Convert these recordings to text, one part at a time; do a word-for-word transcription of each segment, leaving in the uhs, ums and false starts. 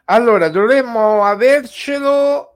Allora, dovremmo avercelo.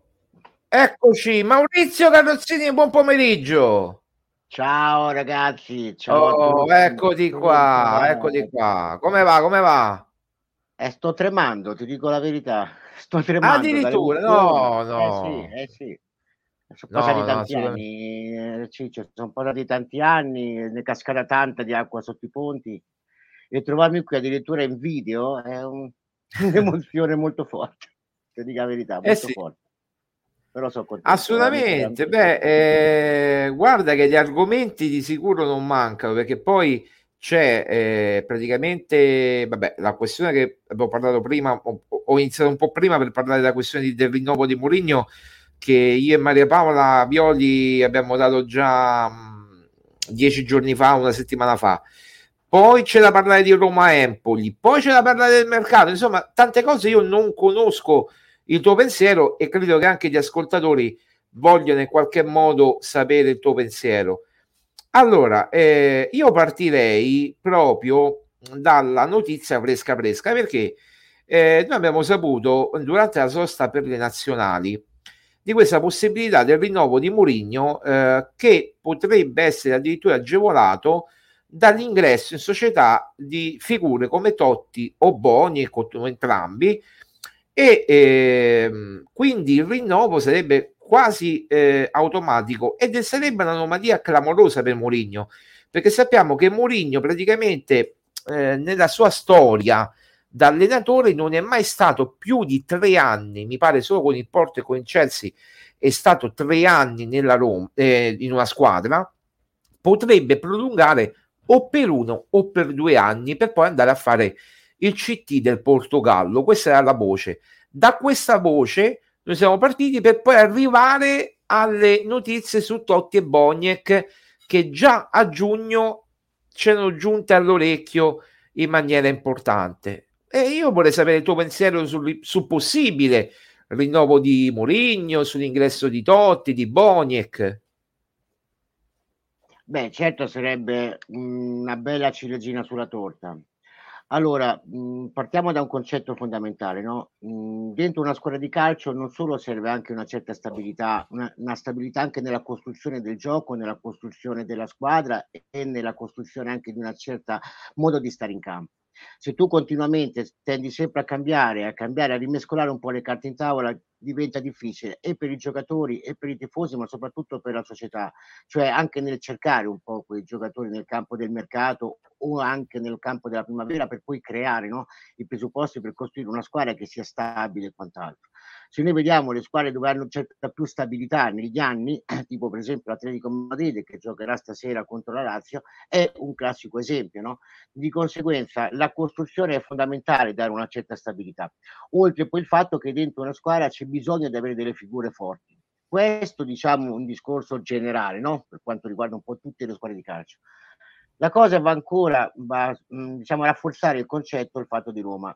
Eccoci, Maurizio Carrozzini, buon pomeriggio. Ciao ragazzi, ciao a Oh, tutti, eccoti ben qua, eccoti trovati. qua. Come va? Come va? Eh, sto tremando, ti dico la verità, sto tremando Addirittura, dall'emozione. no, Eh sì, no, eh sì, sono passati no, no, tanti assolutamente. anni, eh, Ciccio, sono passati tanti anni, ne è cascata tanta di acqua sotto i ponti e trovarmi qui addirittura in video è un- un'emozione molto forte, ti dico la verità, Eh molto sì, forte, però sono contento, veramente, assolutamente. veramente contento. Beh, eh, guarda che gli argomenti di sicuro non mancano, perché poi c'è eh, praticamente, vabbè, la questione che abbiamo parlato prima, ho, ho iniziato un po' prima per parlare della questione di- del rinnovo di Mourinho, che io e Maria Paola Violi abbiamo dato già mh, dieci giorni fa, una settimana fa. Poi c'è da parlare di Roma Empoli, poi c'è da parlare del mercato, insomma, tante cose io non conosco il tuo pensiero e credo che anche gli ascoltatori vogliono in qualche modo sapere il tuo pensiero. Allora, eh, io partirei proprio dalla notizia fresca fresca perché eh, noi abbiamo saputo durante la sosta per le nazionali di questa possibilità del rinnovo di Mourinho eh, che potrebbe essere addirittura agevolato dall'ingresso in società di figure come Totti o Boni, e con entrambi, e ehm, quindi il rinnovo sarebbe quasi eh, automatico ed sarebbe un'anomalia clamorosa per Mourinho, perché sappiamo che Mourinho praticamente eh, nella sua storia da allenatore non è mai stato più di tre anni, mi pare solo con il Porto e con il Chelsea è stato tre anni nella Roma, eh, in una squadra, potrebbe prolungare o per uno o per due anni per poi andare a fare il C T del Portogallo. Questa era la voce. Da questa voce noi siamo partiti per poi arrivare alle notizie su Totti e Boniek che già a giugno c'erano giunte all'orecchio in maniera importante. E io vorrei sapere il tuo pensiero sul, sul possibile rinnovo di Mourinho, sull'ingresso di Totti, di Boniek. Beh, certo sarebbe mhmm, una bella ciliegina sulla torta. Allora, mhmm, partiamo da un concetto fondamentale, no, mhmm, dentro una squadra di calcio non solo serve anche una certa stabilità, una una stabilità anche nella costruzione del gioco, nella costruzione della squadra e nella costruzione anche di una certa modo di stare in campo. Se tu continuamente s tendi sempre a cambiare, a cambiare, a rimescolare un po' le carte in tavola, diventa difficile e per i giocatori e per i tifosi, ma soprattutto per la società. Cioè anche nel cercare un po' quei giocatori nel campo del mercato o anche nel campo della primavera per poi creare, no, i presupposti per costruire una squadra che sia stabile e quant'altro. Se noi vediamo le squadre dove hanno certa più stabilità negli anni, tipo per esempio l'Atletico Madrid che giocherà stasera contro la Lazio, è un classico esempio, no? Di conseguenza la costruzione è fondamentale dare una certa stabilità. Oltre poi il fatto che dentro una squadra c'è bisogno di avere delle figure forti. Questo diciamo un discorso generale, no, per quanto riguarda un po' tutte le squadre di calcio. La cosa va ancora va, mhmm, diciamo a rafforzare il concetto il fatto di Roma.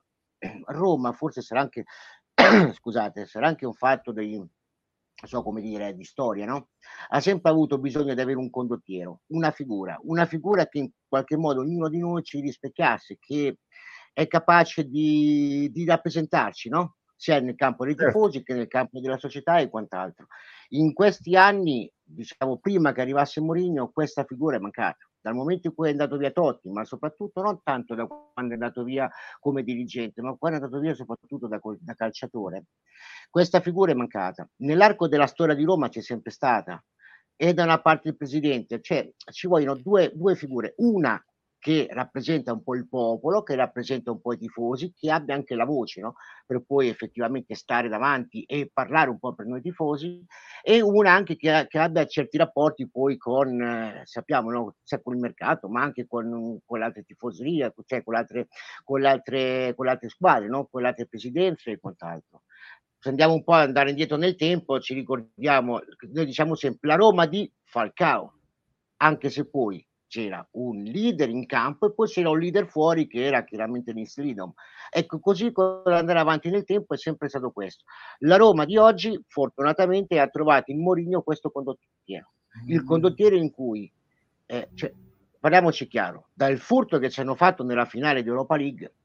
Roma forse sarà anche scusate, sarà anche un fatto di non so come dire, di storia, no, ha sempre avuto bisogno di avere un condottiero, una figura, una figura che in qualche modo ognuno di noi ci rispecchiasse, che è capace di di rappresentarci, no, sia nel campo dei Certo. tifosi che nel campo della società e quant'altro. In questi anni, diciamo prima che arrivasse Mourinho, questa figura è mancata. Dal momento in cui è andato via Totti, ma soprattutto non tanto da quando è andato via come dirigente, ma quando è andato via soprattutto da col da calciatore, questa figura è mancata. Nell'arco della storia di Roma c'è sempre stata e da una parte il presidente, cioè ci vogliono due due figure, una che rappresenta un po' il popolo, che rappresenta un po' i tifosi, che abbia anche la voce, no, per poi effettivamente stare davanti e parlare un po' per noi tifosi, e una anche che a che abbia certi rapporti poi con eh, sappiamo, no, sia con il mercato, ma anche con con le altre tifoserie, cioè con le altre con le altre con le altre squadre, no, con le altre presidenze e quant'altro. Se andiamo un po' ad andare indietro nel tempo, ci ricordiamo noi diciamo sempre la Roma di Falcao, anche se poi c'era un leader in campo e poi c'era un leader fuori che era chiaramente Nils Lidom. Ecco, così con l'andare avanti nel tempo è sempre stato questo. La Roma di oggi fortunatamente ha trovato in Mourinho questo condottiero, il condottiero in cui, ehm, cioè parliamoci chiaro, dal furto che ci hanno fatto nella finale di Europa League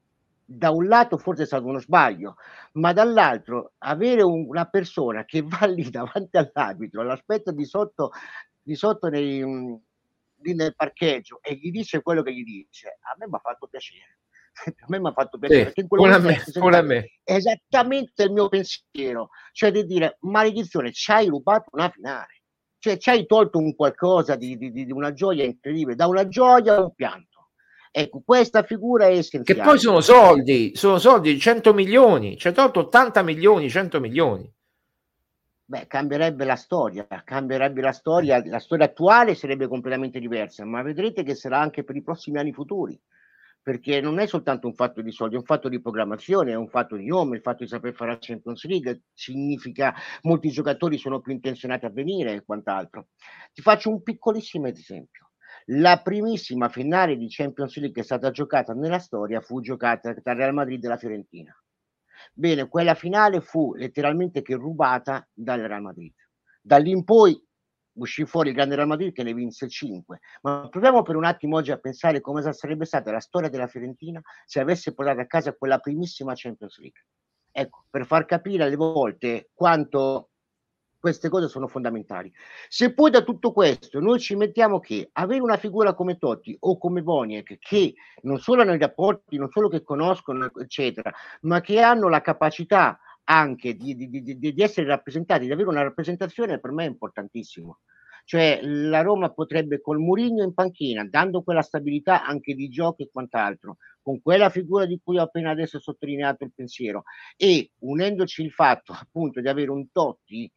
da un lato forse è stato uno sbaglio, ma dall'altro avere un, una persona che va lì davanti all'arbitro, all'aspetto di sotto, di sotto nei, mh, lì nel parcheggio e gli dice quello che gli dice, a me mi ha fatto piacere. A me mi ha fatto piacere Sì, perché in quel pure a momento ha me, pure a rappresentato me. esattamente il mio pensiero, cioè di dire maledizione, ci hai rubato una finale, cioè ci hai tolto un qualcosa di, di, di una gioia incredibile, da una gioia a un pianto. Ecco, questa figura è Che poi essenziale in sono questo momento. soldi, sono soldi, cento milioni, c'è tolto ottanta milioni, cento milioni. Beh, cambierebbe la storia, cambierebbe la storia, la storia attuale sarebbe completamente diversa, ma vedrete che sarà anche per i prossimi anni futuri, perché non è soltanto un fatto di soldi, è un fatto di programmazione, è un fatto di nome, il fatto di saper fare la Champions League significa molti giocatori sono più intenzionati a venire e quant'altro. Ti faccio un piccolissimo esempio. La primissima finale di Champions League che è stata giocata nella storia fu giocata tra Real Madrid e la Fiorentina. Bene, quella finale fu letteralmente che rubata dal Real Madrid. Da lì in poi uscì fuori il grande Real Madrid che ne vinse cinque. Ma proviamo per un attimo oggi a pensare come sarebbe stata la storia della Fiorentina se avesse portato a casa quella primissima Champions League. Ecco, per far capire alle volte quanto queste cose sono fondamentali. Se poi da tutto questo noi ci mettiamo che avere una figura come Totti o come Boniek che non solo hanno i rapporti, non solo che conoscono, eccetera, ma che hanno la capacità anche di, di, di, di essere rappresentati, di avere una rappresentazione, per me è importantissimo. Cioè la Roma potrebbe col Mourinho in panchina, dando quella stabilità anche di gioco e quant'altro, con quella figura di cui ho appena adesso sottolineato il pensiero, e unendoci il fatto appunto di avere un Totti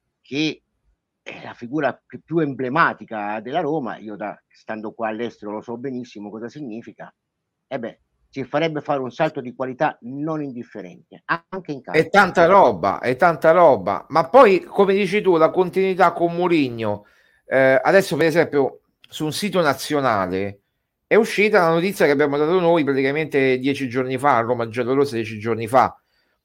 che è la figura più emblematica della Roma, io da, stando qua all'estero lo so benissimo cosa significa, e beh, ci farebbe fare un salto di qualità non indifferente, anche in È campo. tanta roba, è tanta roba. Ma poi, come dici tu, la continuità con Mourinho, eh, adesso per esempio su un sito nazionale è uscita la notizia che abbiamo dato noi praticamente dieci giorni fa, a Roma Giallorossa dieci giorni fa,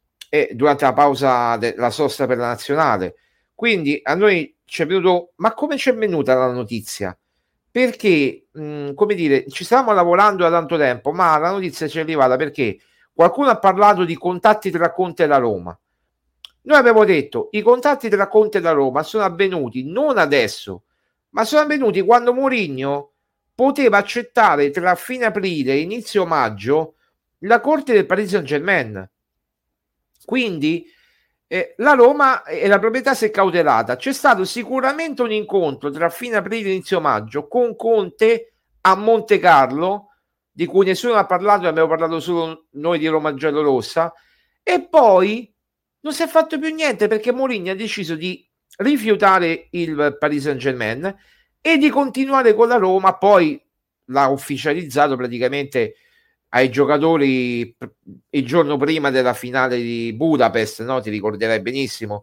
e durante la pausa della sosta per la nazionale. Quindi a noi ci è venuto, ma come ci è venuta la notizia? Perché, mh, come dire, ci stavamo lavorando da tanto tempo, ma la notizia ci è arrivata perché qualcuno ha parlato di contatti tra Conte e la Roma. Noi abbiamo detto i contatti tra Conte e la Roma sono avvenuti non adesso, ma sono avvenuti quando Mourinho poteva accettare tra fine aprile e inizio maggio la corte del Paris Saint-Germain. Quindi eh, la Roma e la proprietà si è cautelata. C'è stato sicuramente un incontro tra fine aprile e inizio maggio con Conte a Monte Carlo, di cui nessuno ha parlato, abbiamo parlato solo noi di Roma Giallorossa, e poi non si è fatto più niente perché Mourinho ha deciso di rifiutare il Paris Saint-Germain e di continuare con la Roma. Poi l'ha ufficializzato praticamente ai giocatori il giorno prima della finale di Budapest, no? Ti ricorderai benissimo.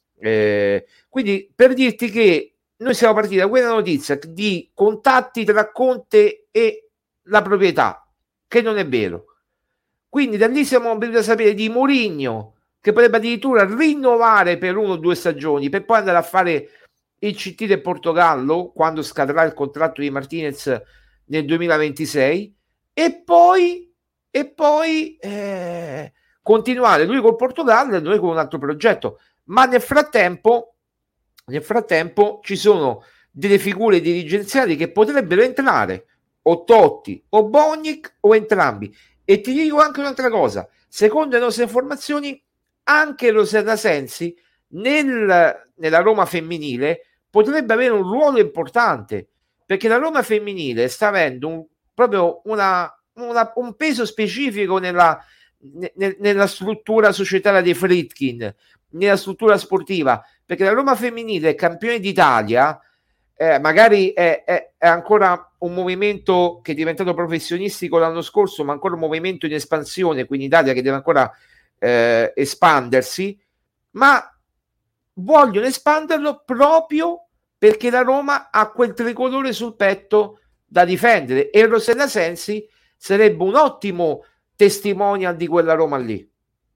Eh, quindi per dirti che noi siamo partiti da quella notizia di contatti tra Conte e la proprietà, che non è vero. Quindi da lì siamo venuti a sapere di Mourinho che potrebbe addirittura rinnovare per uno o due stagioni per poi andare a fare il C T del Portogallo quando scadrà il contratto di Martinez nel duemilaventisei, e poi e poi eh, continuare lui col Portogallo e noi con un altro progetto. Ma nel frattempo nel frattempo ci sono delle figure dirigenziali che potrebbero entrare, o Totti o Boniek o entrambi. E ti dico anche un'altra cosa: secondo le nostre informazioni anche Rosella Sensi nel, nella Roma femminile potrebbe avere un ruolo importante, perché la Roma femminile sta avendo un, proprio una, una, un peso specifico nella, ne, nella struttura societaria dei Friedkin, nella struttura sportiva, perché la Roma femminile è campione d'Italia, eh, magari è, è, è ancora un movimento che è diventato professionistico l'anno scorso, ma ancora un movimento in espansione, quindi Italia che deve ancora eh, espandersi, ma vogliono espanderlo proprio perché la Roma ha quel tricolore sul petto da difendere, e Rosella Sensi sarebbe un ottimo testimonial di quella Roma lì.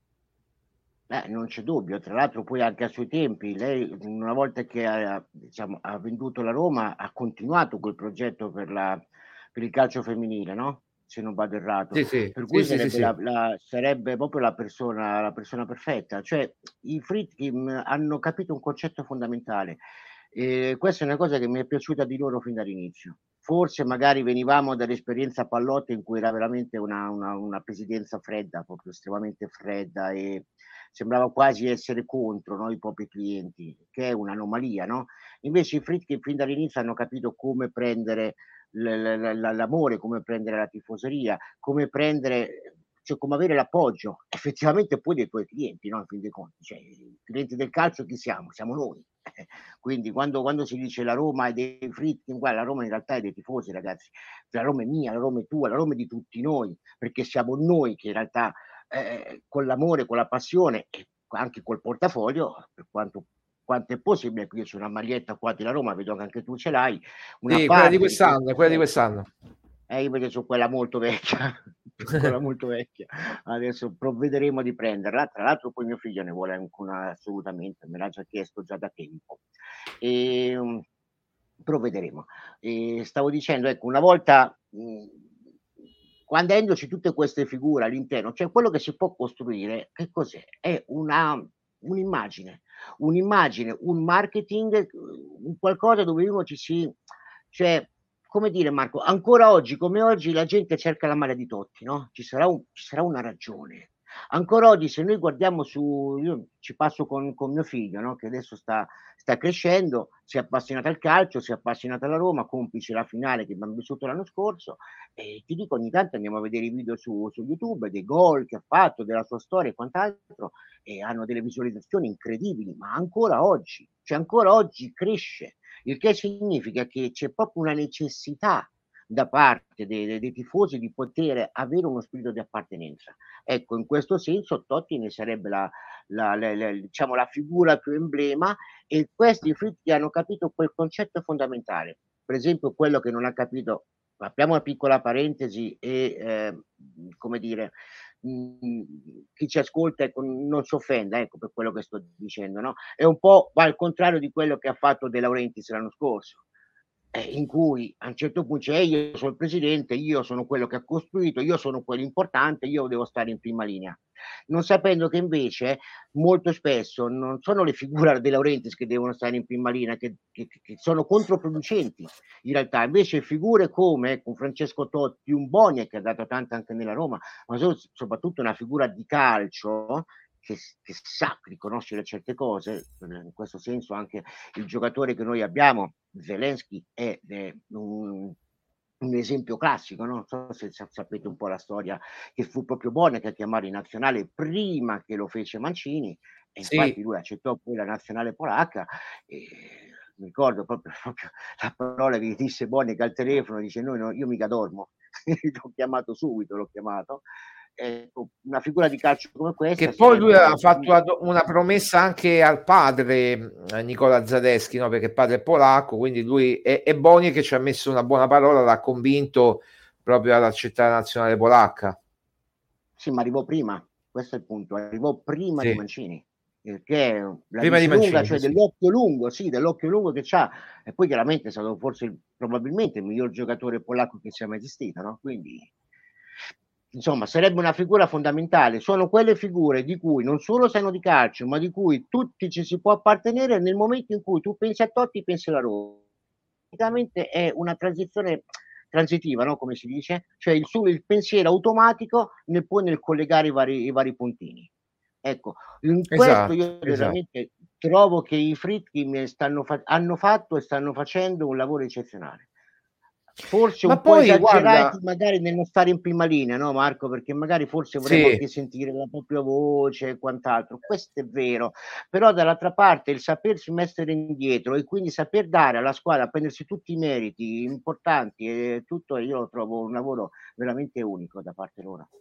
Eh, non c'è dubbio, tra l'altro poi anche ai suoi tempi, lei una volta che ha, diciamo, ha venduto la Roma ha continuato quel progetto per, la, per il calcio femminile, no? se non vado errato, sì, sì, per cui sì, sì, sarebbe, sì, la, sì. la, sarebbe proprio la persona, la persona perfetta. Cioè, i Friedkin hanno capito un concetto fondamentale, e questa è una cosa che mi è piaciuta di loro fin dall'inizio. Forse magari venivamo dall'esperienza Pallotta, in cui era veramente una, una, una presidenza fredda, proprio estremamente fredda, e sembrava quasi essere contro, no, i propri clienti, che è un'anomalia, no? Invece i Friedkin fin dall'inizio hanno capito come prendere l- l- l- l'amore, come prendere la tifoseria, come prendere, cioè come avere l'appoggio effettivamente poi dei tuoi clienti, no? In fin dei conti, cioè, i clienti del calcio chi siamo? Siamo noi. Quindi quando, quando si dice la Roma è dei Friedkin, guarda, la Roma in realtà è dei tifosi, ragazzi. La Roma è mia, la Roma è tua, la Roma è di tutti noi, perché siamo noi che in realtà, eh, con l'amore, con la passione e anche col portafoglio, per quanto, quanto è possibile, qui c'è una maglietta qua della Roma, vedo che anche tu ce l'hai, una Sì, quella di parte di quest'anno, questo quella di soldo. quest'anno. Eh, io invece sono quella molto vecchia, quella molto vecchia. Adesso provvederemo di prenderla. Tra l'altro, poi mio figlio ne vuole anche una assolutamente, me l'ha già chiesto già da tempo. E, um, provvederemo. E stavo dicendo, ecco, una volta, mh, quando essendoci tutte queste figure all'interno, cioè quello che si può costruire, che cos'è? È una, un'immagine, un'immagine, un marketing, un qualcosa dove uno ci si, cioè, come dire Marco, ancora oggi come oggi la gente cerca la maglia di Totti, no? Ci sarà, un, ci sarà una ragione. Ancora oggi se noi guardiamo su, io ci passo con, con mio figlio, no? Che adesso sta, sta crescendo, si è appassionato al calcio, si è appassionato alla Roma, complice la finale che abbiamo vissuto l'anno scorso, e ti dico ogni tanto andiamo a vedere i video su, su YouTube dei gol che ha fatto, della sua storia e quant'altro, e hanno delle visualizzazioni incredibili, ma ancora oggi, cioè ancora oggi cresce, il che significa che c'è proprio una necessità da parte dei, dei, dei tifosi di poter avere uno spirito di appartenenza. Ecco, in questo senso Totti ne sarebbe la, la, la, la, diciamo, la figura più emblema, e questi fritti hanno capito quel concetto fondamentale. Per esempio, quello che non ha capito, apriamo una piccola parentesi e eh, come dire, mh, chi ci ascolta ecco, non si offenda ecco, per quello che sto dicendo, no? È un po' va al contrario di quello che ha fatto De Laurentiis l'anno scorso, eh, in cui a un certo punto dice, eh, io sono il presidente, io sono quello che ha costruito, io sono quello importante, io devo stare in prima linea, non sapendo che invece molto spesso non sono le figure De Laurentiis che devono stare in prima linea, che, che, che sono controproducenti in realtà, invece figure come con Francesco Totti, un Bonia che ha dato tanto anche nella Roma, ma sono soprattutto una figura di calcio che, che sa riconoscere certe cose, in questo senso anche il giocatore che noi abbiamo, Zelensky, è, è un, un esempio classico, no? Non so se sapete un po' la storia, che fu proprio Bonia a chiamare in nazionale prima che lo fece Mancini, e infatti Sì, lui accettò poi la nazionale polacca, e mi ricordo proprio, proprio la parola che disse Bonia al telefono, dice noi no, io mica dormo, l'ho chiamato subito, l'ho chiamato. Ecco, una figura di calcio come questa che poi lui aveva sarebbe fatto una, una promessa anche al padre, eh, Nicola Zadeschi, no? Perché il padre è polacco, quindi lui è, è Boni che ci ha messo una buona parola, l'ha convinto proprio ad accettare la nazionale polacca. Sì, ma arrivò prima, questo è il punto, arrivò prima di Sì, Mancini, perché la prima di vise lunga, Mancini, sì, cioè sì. dell'occhio lungo, sì, dell'occhio lungo che c'ha, e poi chiaramente è stato forse il, probabilmente il miglior giocatore polacco che sia mai esistito, no? Quindi, insomma, sarebbe una figura fondamentale, sono quelle figure di cui non solo sanno di calcio, ma di cui tutti ci si può appartenere nel momento in cui tu pensi a Totti, pensi alla Roma. Praticamente è una transizione transitiva, no? Come si dice, cioè il, solo il pensiero automatico nel, poi nel collegare i vari, i vari puntini. Ecco, in questo Esatto, io esatto. veramente trovo che i Friedkin stanno fa- hanno fatto e stanno facendo un lavoro eccezionale. Forse Ma un po' poi esagerati guarda, magari nel non stare in prima linea, no Marco? Perché magari forse vorremmo sì, anche sentire la propria voce e quant'altro. Questo è vero, però dall'altra parte il sapersi mettere indietro e quindi saper dare alla squadra, prendersi tutti i meriti importanti e tutto, io lo trovo un lavoro veramente unico da parte loro.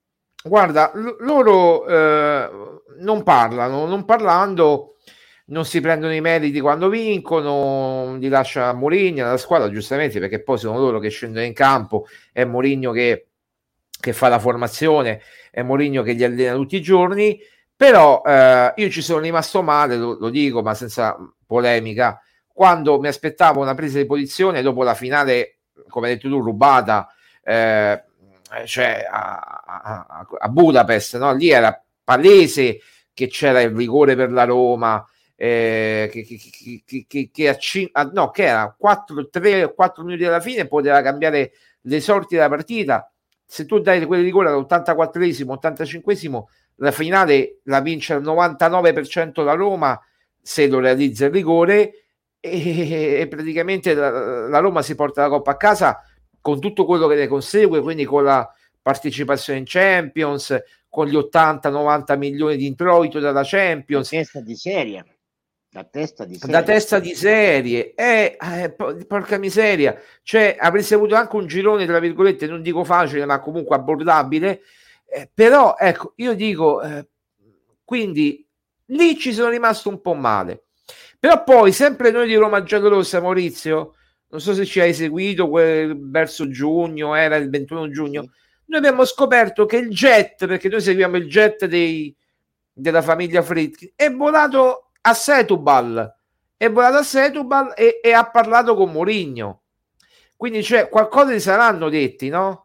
guarda, l- loro eh, non parlano, non parlando, non si prendono i meriti quando vincono, li lascia Mourinho la squadra, giustamente, perché poi sono loro che scendono in campo, è Mourinho che, che fa la formazione, è Mourinho che li allena tutti i giorni, però eh, io ci sono rimasto male, lo, lo dico, ma senza polemica, quando mi aspettavo una presa di posizione dopo la finale, come hai detto tu, rubata, eh, cioè a, a, a Budapest, no? Lì era palese che c'era il rigore per la Roma, eh, che, che, che, che, che, a cin- a, no, che era quattro, tre o quattro minuti alla fine poteva cambiare le sorti della partita. Se tu dai quel rigore all'ottantaquattresimo, ottantacinquesimo, la finale la vince al novantanove per cento la Roma se lo realizza il rigore, e, e praticamente la, la Roma si porta la Coppa a casa con tutto quello che ne consegue, quindi con la partecipazione in Champions, con gli ottanta novanta milioni di introito dalla Champions. La testa di serie. La testa di serie. Da testa di serie, eh, eh, porca miseria, cioè avresti avuto anche un girone, tra virgolette, non dico facile, ma comunque abbordabile, eh, però ecco, io dico, eh, quindi lì ci sono rimasto un po' male. Però poi, sempre noi di Roma Giallorossa, Maurizio, non so se ci hai seguito, quel, verso giugno, era il ventuno giugno, sì. Noi abbiamo scoperto che il jet, perché noi seguiamo il jet dei, della famiglia Friedkin, è volato a Setúbal, è volato a Setúbal e, e ha parlato con Mourinho. Quindi cioè, qualcosa gli saranno detti, no?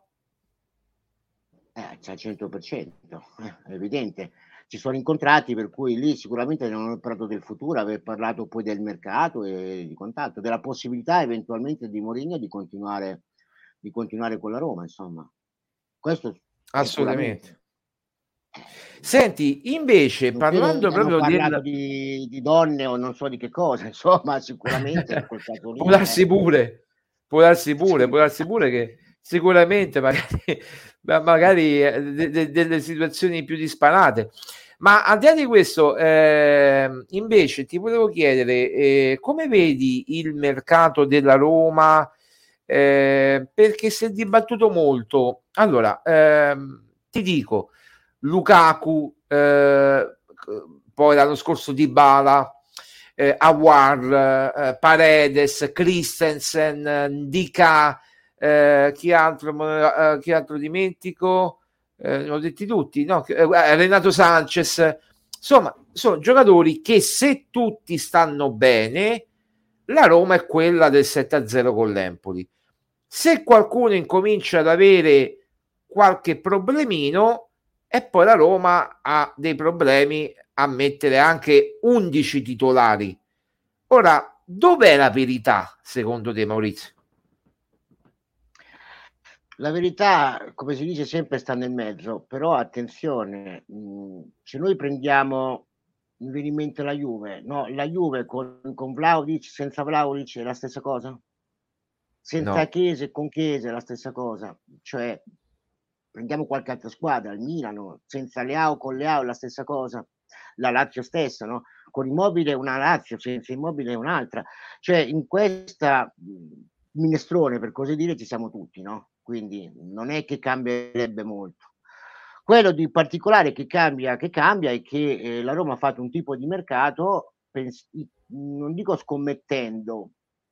Eh, c'è al cento per cento, eh, è evidente. Ci sono incontrati, per cui lì sicuramente non hanno parlato del futuro, aver parlato poi del mercato e di contatto, della possibilità eventualmente di Mourinho di continuare, di continuare con la Roma, insomma. Questo assolutamente. Senti, invece, non parlando proprio parlato del... di, di donne o non so di che cosa, insomma, sicuramente in quel caso lì, può darsi eh. pure, può darsi pure, Sì. può darsi pure che sicuramente magari, magari de, de, delle situazioni più disparate. Ma al di là di questo, eh, invece ti volevo chiedere eh, come vedi il mercato della Roma, eh, perché si è dibattuto molto. Allora, ehm, ti dico, Lukaku, eh, poi l'anno scorso Dybala, eh, Aouar, eh, Paredes, Christensen, Ndika, eh, chi altro, eh, chi altro dimentico? Eh, li ho detti tutti, no? Eh, Renato Sanchez, insomma, sono giocatori che se tutti stanno bene, la Roma è quella del sette a zero con l'Empoli. Se qualcuno incomincia ad avere qualche problemino, e poi la Roma ha dei problemi a mettere anche undici titolari. Ora, dov'è la verità, secondo te, Maurizio? La verità, come si dice sempre, sta nel mezzo, però attenzione, mh, se noi prendiamo, mi viene in mente la Juve, no? La Juve con, con Vlahovic, senza Vlahovic è la stessa cosa? Senza No. Chiesa e con Chiesa è la stessa cosa, cioè prendiamo qualche altra squadra, il Milano, senza Leao con Leao è la stessa cosa, la Lazio stessa, no? Con Immobile è una Lazio, senza Immobile è un'altra, cioè in questa minestrone, per così dire, ci siamo tutti, no? Quindi non è che cambierebbe molto. Quello di particolare che cambia, che cambia è che eh, la Roma ha fatto un tipo di mercato, pens- non dico scommettendo,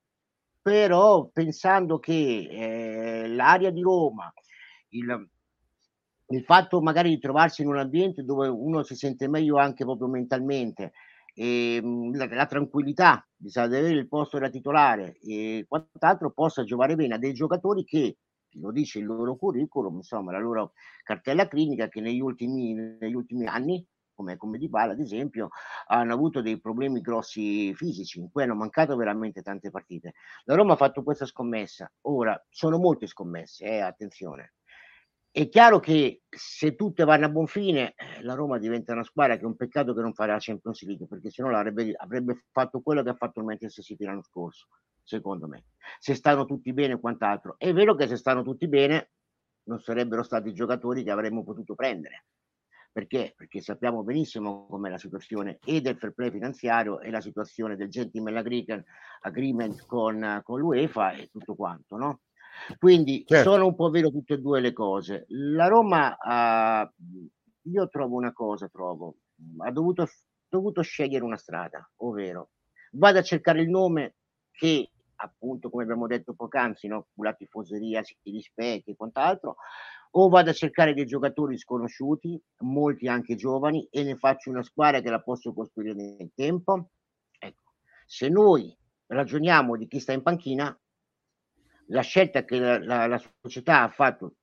però pensando che eh, l'area di Roma, il, il fatto magari di trovarsi in un ambiente dove uno si sente meglio anche proprio mentalmente, e, mh, la, la tranquillità di avere il posto da titolare e quant'altro possa giovare bene a dei giocatori che, lo dice il loro curriculum, insomma la loro cartella clinica, che negli ultimi, negli ultimi anni, come, come Dybala ad esempio, hanno avuto dei problemi grossi fisici, in cui hanno mancato veramente tante partite. La Roma ha fatto questa scommessa, ora sono molte scommesse, eh, attenzione. È chiaro che se tutte vanno a buon fine, la Roma diventa una squadra che è un peccato che non farà la Champions League, perché sennò avrebbe, avrebbe fatto quello che ha fatto il Manchester City l'anno scorso, secondo me. Se stanno tutti bene e quant'altro. È vero che se stanno tutti bene non sarebbero stati i giocatori che avremmo potuto prendere. Perché? Perché sappiamo benissimo com'è la situazione e del fair play finanziario e la situazione del gentleman agreement con, con l'UEFA e tutto quanto, no? Quindi certo, sono un po' vero tutte e due le cose. La Roma ha, io trovo una cosa, trovo, ha dovuto, dovuto scegliere una strada, ovvero vado a cercare il nome che appunto, come abbiamo detto poc'anzi, no? La tifoseria si rispecchia e quant'altro, o vado a cercare dei giocatori sconosciuti, molti anche giovani, e ne faccio una squadra che la posso costruire nel tempo. Ecco, se noi ragioniamo di chi sta in panchina, la scelta che la, la, la società ha fatto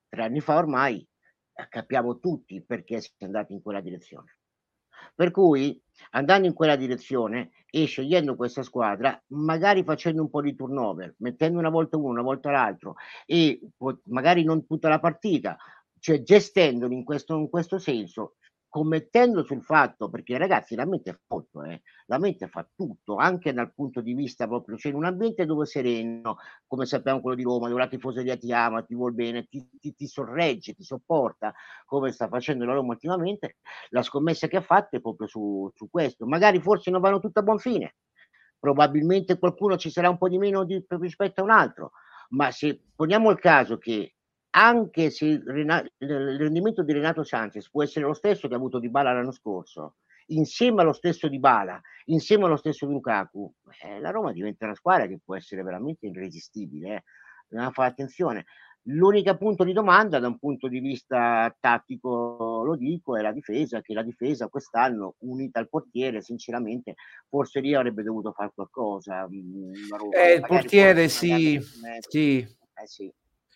tre anni fa ormai eh, capiamo tutti perché si è andati in quella direzione. Per cui andando in quella direzione e scegliendo questa squadra, magari facendo un po' di turnover, mettendo una volta uno, una volta l'altro e po magari non tutta la partita, cioè gestendoli in questo in questo senso, commettendo sul fatto perché ragazzi la mente fa molto, eh, la mente fa tutto, anche dal punto di vista proprio cioè in un ambiente dove sereno, come sappiamo quello di Roma, dove la tifoseria ti ama, ti vuol bene, ti ti ti sorregge, ti sopporta, come sta facendo la Roma ultimamente, la scommessa che ha fatto è proprio su su questo. Magari forse non vanno tutte a buon fine, probabilmente qualcuno ci sarà un po' di meno di p rispetto a un altro, ma se poniamo il caso che anche se Rena il il rendimento di Renato Sanchez può essere lo stesso che ha avuto Dybala l'anno scorso, insieme allo stesso Dybala, insieme allo stesso Lukaku, eh, la Roma diventa una squadra che può essere veramente irresistibile, eh. Bisogna fare attenzione. L'unica punto di domanda da un punto di vista tattico, lo dico, è la difesa, che la difesa quest'anno, unita al portiere, sinceramente, forse lì avrebbe dovuto far qualcosa, mhmm, la Roma. Eh, il Magari forse portiere mandarlo sì, su mezzo. sì, Eh sì.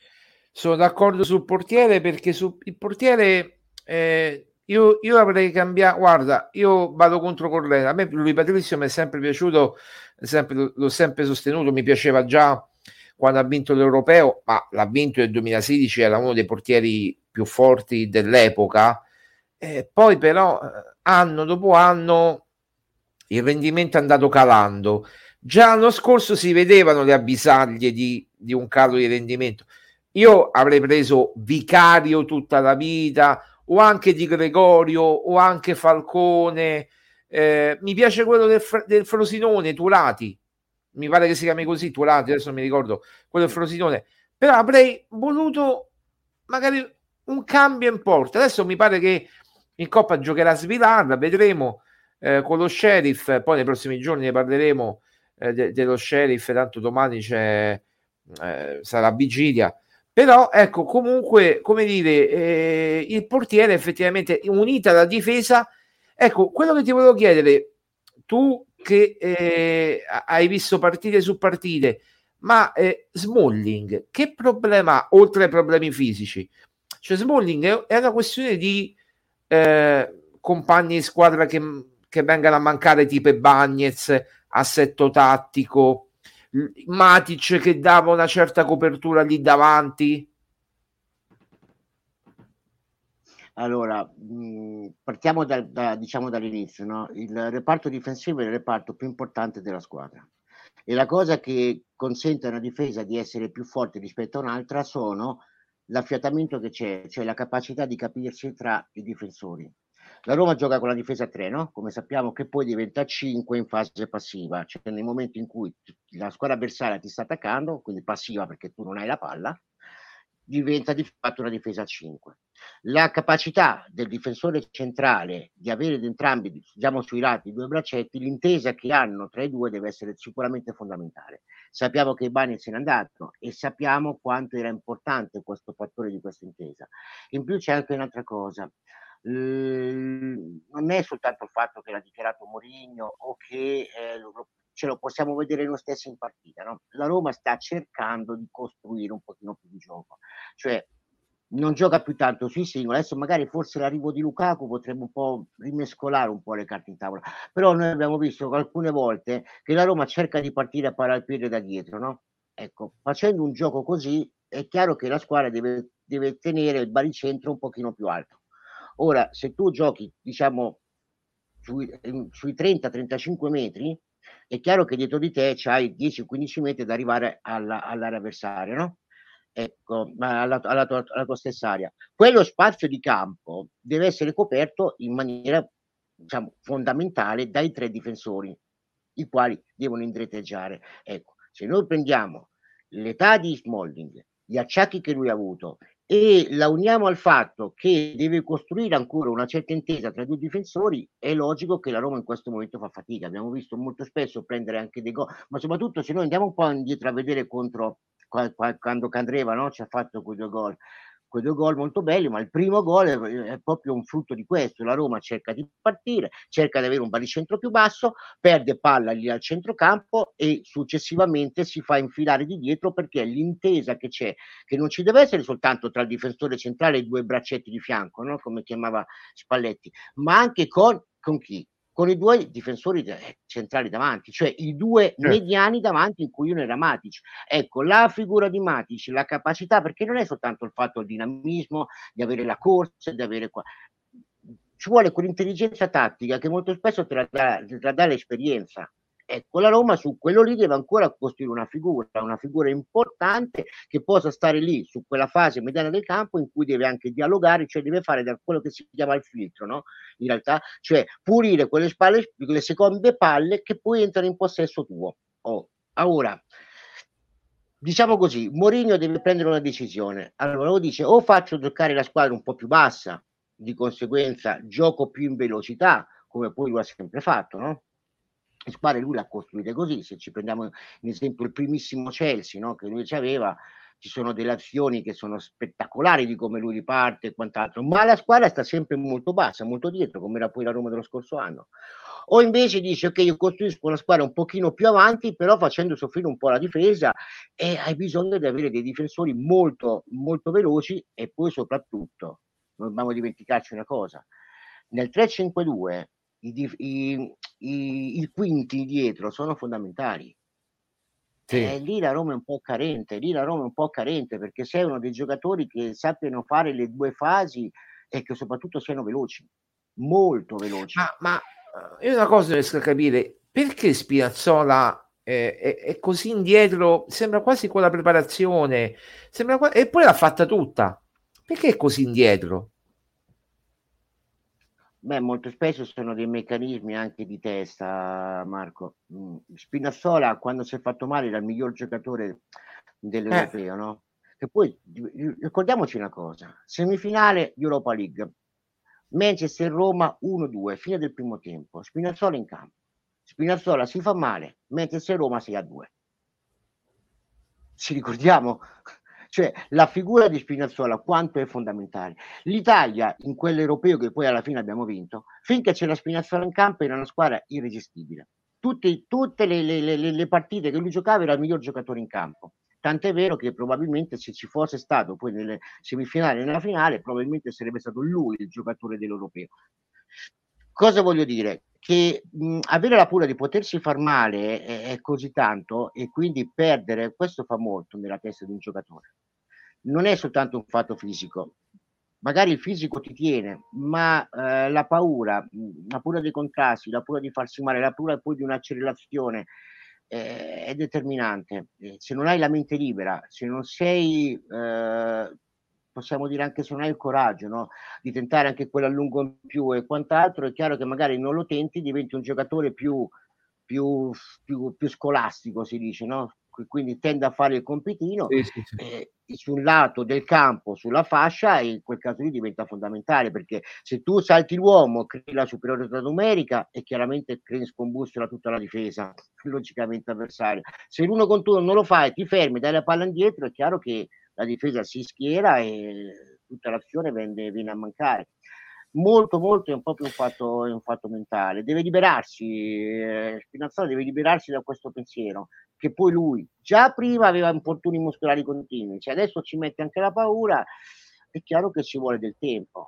sono d'accordo sul portiere perché su il portiere eh, io, io avrei cambiato. Guarda, io vado contro corrente. A me lui Patrizio mi è sempre piaciuto, sempre, l'ho sempre sostenuto, mi piaceva già quando ha vinto l'Europeo, ma l'ha vinto nel duemilasedici, era uno dei portieri più forti dell'epoca. Eh, poi però eh, anno dopo anno il rendimento è andato calando. Già l'anno scorso si vedevano le avvisaglie di, di un calo di rendimento. Io avrei preso Vicario tutta la vita, o anche Di Gregorio, o anche Falcone. Eh, mi piace quello del, del Frosinone, Turati. Mi pare che si chiami così, Turati, adesso non mi ricordo, quello del Frosinone. Però avrei voluto magari un cambio in porta. Adesso mi pare che in Coppa giocherà Svilar, vedremo eh, con lo Sheriff, poi nei prossimi giorni ne parleremo eh, de- dello Sheriff, tanto domani c'è, eh, sarà vigilia. Però ecco, comunque, come dire, eh, il portiere effettivamente unita alla difesa. Ecco, quello che ti volevo chiedere, tu che eh, hai visto partite su partite, ma eh, Smalling, che problema ha, oltre ai problemi fisici? Cioè Smalling è, è una questione di eh, compagni di squadra che, che vengano a mancare tipo Bagnez, assetto tattico, Matic che dava una certa copertura lì davanti. Allora, mhmm, partiamo dal da diciamo dall'inizio, no, il reparto difensivo è il reparto più importante della squadra e la cosa che consente a una difesa di essere più forte rispetto a un'altra sono l'affiatamento che c'è, cioè la capacità di capirsi tra i difensori. La Roma gioca con la difesa a tre, no, come sappiamo, che poi diventa cinque in fase passiva, cioè nel momento in cui t la squadra avversaria ti sta attaccando, quindi passiva perché tu non hai la palla, diventa di fatto una difesa a cinque. La capacità del difensore centrale di avere da entrambi, diciamo sui lati, i due braccetti, l'intesa che hanno tra i due deve essere sicuramente fondamentale. Sappiamo che Ibanez se n'è andato e sappiamo quanto era importante questo fattore di questa intesa. In più c'è anche un'altra cosa, Mhmm, non è soltanto il fatto che l'ha dichiarato Mourinho o che, ehm, lo ce lo possiamo vedere noi stessi in partita, no, la Roma sta cercando di costruire un pochino più di gioco, cioè non gioca più tanto sui singoli, adesso magari forse l'arrivo di Lukaku potrebbe un po' rimescolare un po' le carte in tavola, però noi abbiamo visto alcune volte che la Roma cerca di partire a parapiede da dietro, no, ecco, facendo un gioco così è chiaro che la squadra deve deve tenere il baricentro un pochino più alto. Ora, se tu giochi diciamo sui ehm, sui trenta, trentacinque metri, è chiaro che dietro di te c'hai dieci, quindici metri da arrivare alla all'area avversaria, no, ecco, ma alla t alla tua alla tua stessa area. Quello spazio di campo deve essere coperto in maniera, diciamo, fondamentale dai tre difensori, i quali devono indietreggiare. Ecco, se noi prendiamo l'età di Smalling, gli acciacchi che lui ha avuto e la uniamo al fatto che deve costruire ancora una certa intesa tra i due difensori, è logico che la Roma in questo momento fa fatica. Abbiamo visto molto spesso prendere anche dei gol, ma soprattutto se noi andiamo un po' indietro a vedere contro qua qua quando Candreva, no, ci ha fatto quei due gol. quei due gol molto belli, ma il primo gol è, è proprio un frutto di questo. La Roma cerca di partire, cerca di avere un baricentro più basso, perde palla lì al centrocampo e successivamente si fa infilare di dietro, perché l'intesa che c'è, che non ci deve essere soltanto tra il difensore centrale e i due braccetti di fianco, no? Come chiamava Spalletti, ma anche con, con chi? Con i due difensori centrali davanti, cioè i due mediani davanti, in cui uno era Matic. Ecco, la figura di Matic, la capacità, perché non è soltanto il fatto del dinamismo, di avere la corsa, di avere qua. Ci vuole quell'intelligenza tattica che molto spesso te la dà, te la dà l'esperienza. Ecco, la Roma su quello lì deve ancora costruire una figura, una figura importante che possa stare lì su quella fase mediana del campo, in cui deve anche dialogare, cioè deve fare da quello che si chiama il filtro, no? In realtà, cioè pulire quelle spalle, quelle seconde palle che poi entrano in possesso tuo. Oh, ora, diciamo così, Mourinho deve prendere una decisione. Allora lo dice: o faccio giocare la squadra un po' più bassa, di conseguenza gioco più in velocità, come poi lo ha sempre fatto, no? Le squadre lui le ha costruite così. Se ci prendiamo in esempio il primissimo Chelsea, no, che lui ci aveva, ci sono delle azioni che sono spettacolari di come lui riparte e quant'altro, ma la squadra sta sempre molto bassa, molto dietro, come era poi la Roma dello scorso anno. O invece dice: ok, io costruisco una squadra un pochino più avanti, però facendo soffrire un po' la difesa, e hai bisogno di avere dei difensori molto molto veloci. E poi soprattutto non dobbiamo dimenticarci una cosa: nel tre cinque due i, i, i, i quinti dietro sono fondamentali. Sì. E lì la Roma è un po' carente, lì la Roma è un po' carente, perché servono dei giocatori che sappiano fare le due fasi e che soprattutto siano veloci, molto veloci. Ma, ma io una cosa non riesco a capire: perché Spinazzola è, è, è così indietro? Sembra quasi con la preparazione, sembra qua- eppure l'ha fatta tutta. Perché è così indietro? Beh, molto spesso sono dei meccanismi anche di testa, Marco. Spinazzola, quando si è fatto male, era il miglior giocatore dell'Europeo, eh. no? Che poi, ricordiamoci una cosa: semifinale di Europa League, Manchester-Roma uno due, fine del primo tempo, Spinazzola in campo. Spinazzola si fa male, Manchester-Roma sei a due. Ci ricordiamo? Cioè, la figura di Spinazzola quanto è fondamentale. L'Italia, in quell'europeo che poi alla fine abbiamo vinto, finché c'era Spinazzola in campo era una squadra irresistibile. Tutte, tutte le, le, le, le partite che lui giocava era il miglior giocatore in campo. Tant'è vero che probabilmente, se ci fosse stato poi nelle semifinali e nella finale, probabilmente sarebbe stato lui il giocatore dell'europeo. Cosa voglio dire? Che mh, avere la paura di potersi far male è, è così tanto, e quindi perdere, questo fa molto nella testa di un giocatore. Non è soltanto un fatto fisico, magari il fisico ti tiene, ma eh, la paura, la paura dei contrasti, la paura di farsi male, la paura poi di un'accelerazione eh, è determinante. Eh, se non hai la mente libera, se non sei, eh, possiamo dire anche se non hai il coraggio, no? Di tentare anche quello a lungo in più e quant'altro, è chiaro che magari non lo tenti, diventi un giocatore più, più, più, più scolastico, si dice, no? Quindi tende a fare il compitino, sì, sì, sì. Eh, sul lato del campo, sulla fascia, e in quel caso lì diventa fondamentale, perché se tu salti l'uomo, crei la superiorità numerica e chiaramente crei scombussola tutta la difesa, logicamente avversaria. Se l'uno contro uno non lo fai, ti fermi, dai la palla indietro, è chiaro che la difesa si schiera e tutta l'azione viene, viene a mancare. Molto molto è un proprio un fatto, è un fatto mentale, deve liberarsi, eh, Spinazzola deve liberarsi da questo pensiero, che poi lui già prima aveva infortuni muscolari continui, cioè adesso ci mette anche la paura. È chiaro che ci vuole del tempo.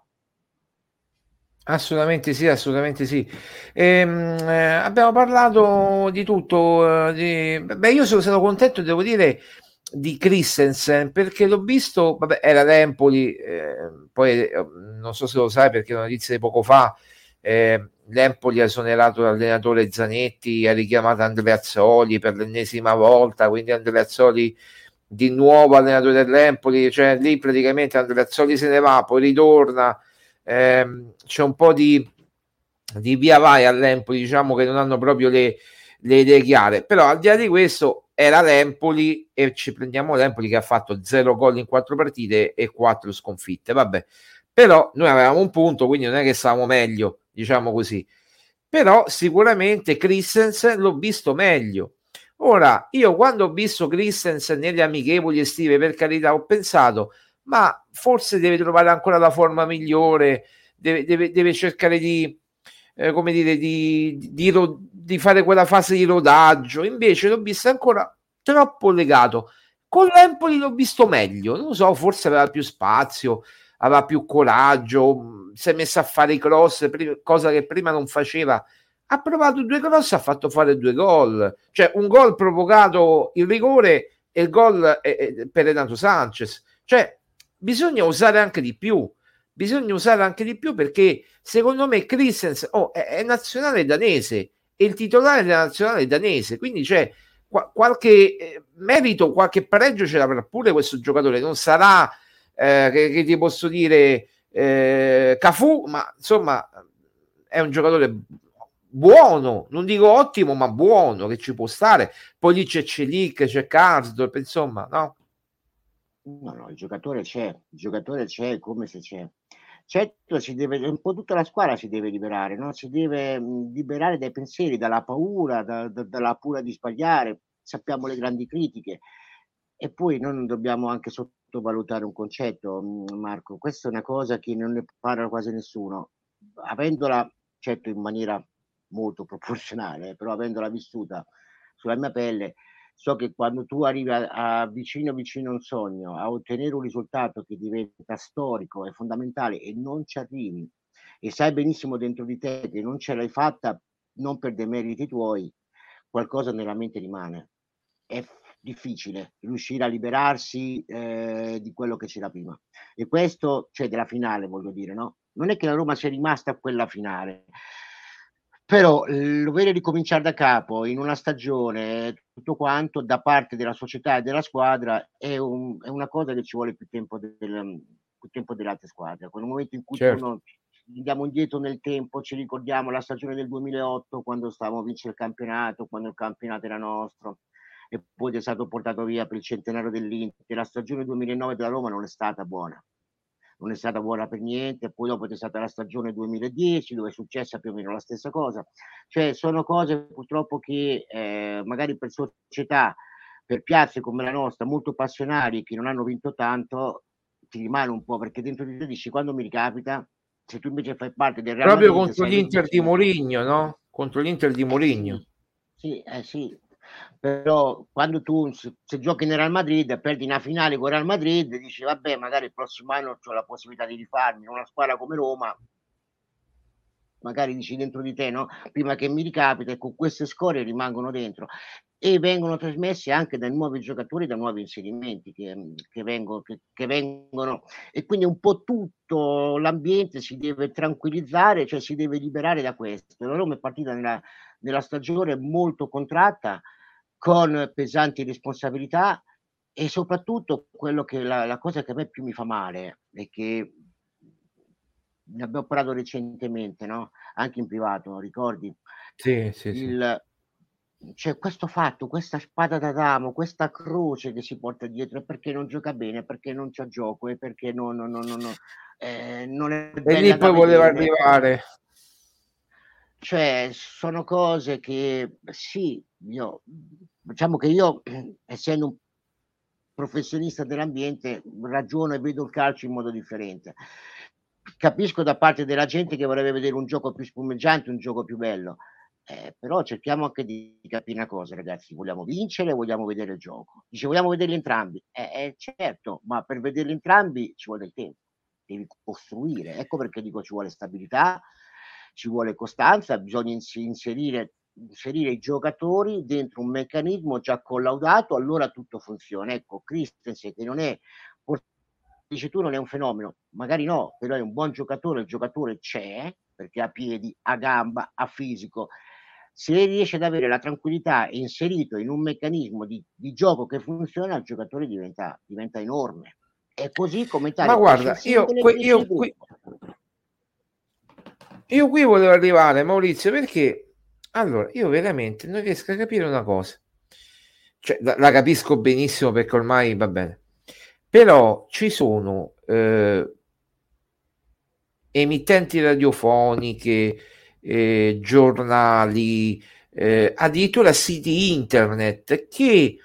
Assolutamente sì, assolutamente sì. Ehm, eh, abbiamo parlato di tutto. Eh, di... Beh, io sono stato contento, devo dire, di Christensen, perché l'ho visto, vabbè, era l'Empoli, eh, poi eh, non so se lo sai, perché è una notizia di poco fa, eh, l'Empoli ha esonerato l'allenatore Zanetti, ha richiamato Andreazzoli per l'ennesima volta, quindi Andreazzoli di nuovo allenatore dell'Empoli, cioè lì praticamente Andreazzoli se ne va, poi ritorna. Eh, c'è un po' di, di via vai all'Empoli, diciamo che non hanno proprio le, le idee chiare, però al di là di questo era l'Empoli, e ci prendiamo l'Empoli che ha fatto zero gol in quattro partite e quattro sconfitte, vabbè, però noi avevamo un punto, quindi non è che stavamo meglio, diciamo così. Però sicuramente Christensen l'ho visto meglio. Ora, io quando ho visto Christensen nelle amichevoli estive, per carità, ho pensato: ma forse deve trovare ancora la forma migliore, deve, deve, deve cercare di, eh, come dire, di, di, di, di fare quella fase di rodaggio. Invece l'ho visto ancora troppo legato. Con l'Empoli l'ho visto meglio, non lo so, forse aveva più spazio, aveva più coraggio, si è messo a fare i cross, cosa che prima non faceva. Ha provato due cross, ha fatto fare due gol, cioè un gol provocato il rigore e il gol eh, per Renato Sanchez. Cioè bisogna usare anche di più, bisogna usare anche di più, perché secondo me Christensen oh, è, è nazionale danese e il titolare della nazionale danese, quindi c'è Qu- qualche eh, merito, qualche pareggio ce l'avrà pure questo giocatore. Non sarà eh, che, che ti posso dire eh, Cafu, ma insomma è un giocatore buono, non dico ottimo, ma buono, che ci può stare. Poi lì c'è Celic, c'è Karsdorp, insomma, no? No, no, il giocatore c'è, il giocatore c'è come se c'è. Certo, si deve, un po' tutta la squadra si deve liberare, no? Si deve mh, liberare dai pensieri, dalla paura, da, da, dalla paura di sbagliare. Sappiamo le grandi critiche. E poi noi non dobbiamo anche sottovalutare un concetto, mh, Marco. Questa è una cosa che non ne parla quasi nessuno. Avendola, certo, in maniera molto proporzionale, eh, però avendola vissuta sulla mia pelle, so che quando tu arrivi a, a vicino vicino a un sogno, a ottenere un risultato che diventa storico e fondamentale e non ci arrivi e sai benissimo dentro di te che non ce l'hai fatta non per dei meriti tuoi, qualcosa nella mente rimane. È f- difficile riuscire a liberarsi eh, di quello che c'era prima. E questo, cioè della finale, voglio dire, no? Non è che la Roma sia rimasta a quella finale, però il dovere ricominciare da capo in una stagione, tutto quanto, da parte della società e della squadra, è, un, è una cosa che ci vuole più tempo, del, più tempo delle altre squadre. Quel momento in cui Certo. uno, andiamo indietro nel tempo, ci ricordiamo la stagione del duemilaotto, quando stavamo a vincere il campionato, quando il campionato era nostro, e poi è stato portato via per il centenario dell'Inter. La stagione duemilanove della Roma non è stata buona. Non è stata buona per niente, poi dopo c'è stata la stagione duemiladieci dove è successa più o meno la stessa cosa, cioè sono cose purtroppo che eh, magari per società, per piazze come la nostra, molto passionali, che non hanno vinto tanto, ti rimane un po', perché dentro di te dici quando mi ricapita, se tu invece fai parte del Real Proprio Madrid, contro sei l'Inter di benissimo. Mourinho, no? Contro l'Inter di Mourinho. Sì, sì, eh sì, però quando tu se, se giochi nel Real Madrid e perdi una finale con il Real Madrid, dici vabbè, magari il prossimo anno ho la possibilità di rifarmi in una squadra come Roma, magari dici dentro di te, no? Prima che mi ricapita, e con queste scorie rimangono dentro e vengono trasmessi anche dai nuovi giocatori, da nuovi inserimenti che, che, vengono, che, che vengono, e quindi un po' tutto l'ambiente si deve tranquillizzare, cioè si deve liberare da questo. La Roma è partita nella, nella stagione molto contratta, con pesanti responsabilità, e soprattutto quello che la, la cosa che a me più mi fa male è che ne abbiamo parlato recentemente, no? Anche in privato, ricordi? Sì, sì, sì. Il, cioè, questo fatto, questa spada d'Adamo, questa croce che si porta dietro, è perché non gioca bene, perché non c'ha gioco, è perché non, non, non, non, eh, non è E lì bella da poi voleva vedere. arrivare. Cioè, sono cose che sì, io, diciamo che io, essendo un professionista dell'ambiente, ragiono e vedo il calcio in modo differente. Capisco da parte della gente che vorrebbe vedere un gioco più spumeggiante, un gioco più bello, eh, però cerchiamo anche di capire una cosa, ragazzi: vogliamo vincere o vogliamo vedere il gioco? Dice vogliamo vederli entrambi, eh, eh, certo, ma per vederli entrambi ci vuole del tempo, devi costruire. Ecco perché dico ci vuole stabilità, ci vuole costanza, bisogna ins- inserire inserire i giocatori dentro un meccanismo già collaudato, allora tutto funziona. Ecco, Christensen, che non è, dici tu, non è un fenomeno, magari no, però è un buon giocatore, il giocatore c'è, perché ha piedi, ha gamba, ha fisico. Se riesce ad avere la tranquillità inserito in un meccanismo di, di gioco che funziona, il giocatore diventa, diventa enorme. E così come Ma tale cresce il guarda, io, singolo e que- cresce il io qui, gruppo. io qui volevo arrivare, Maurizio, perché allora io veramente non riesco a capire una cosa. Cioè, la, la capisco benissimo perché ormai va bene. Però ci sono eh, emittenti radiofoniche, eh, giornali, eh, addirittura siti internet che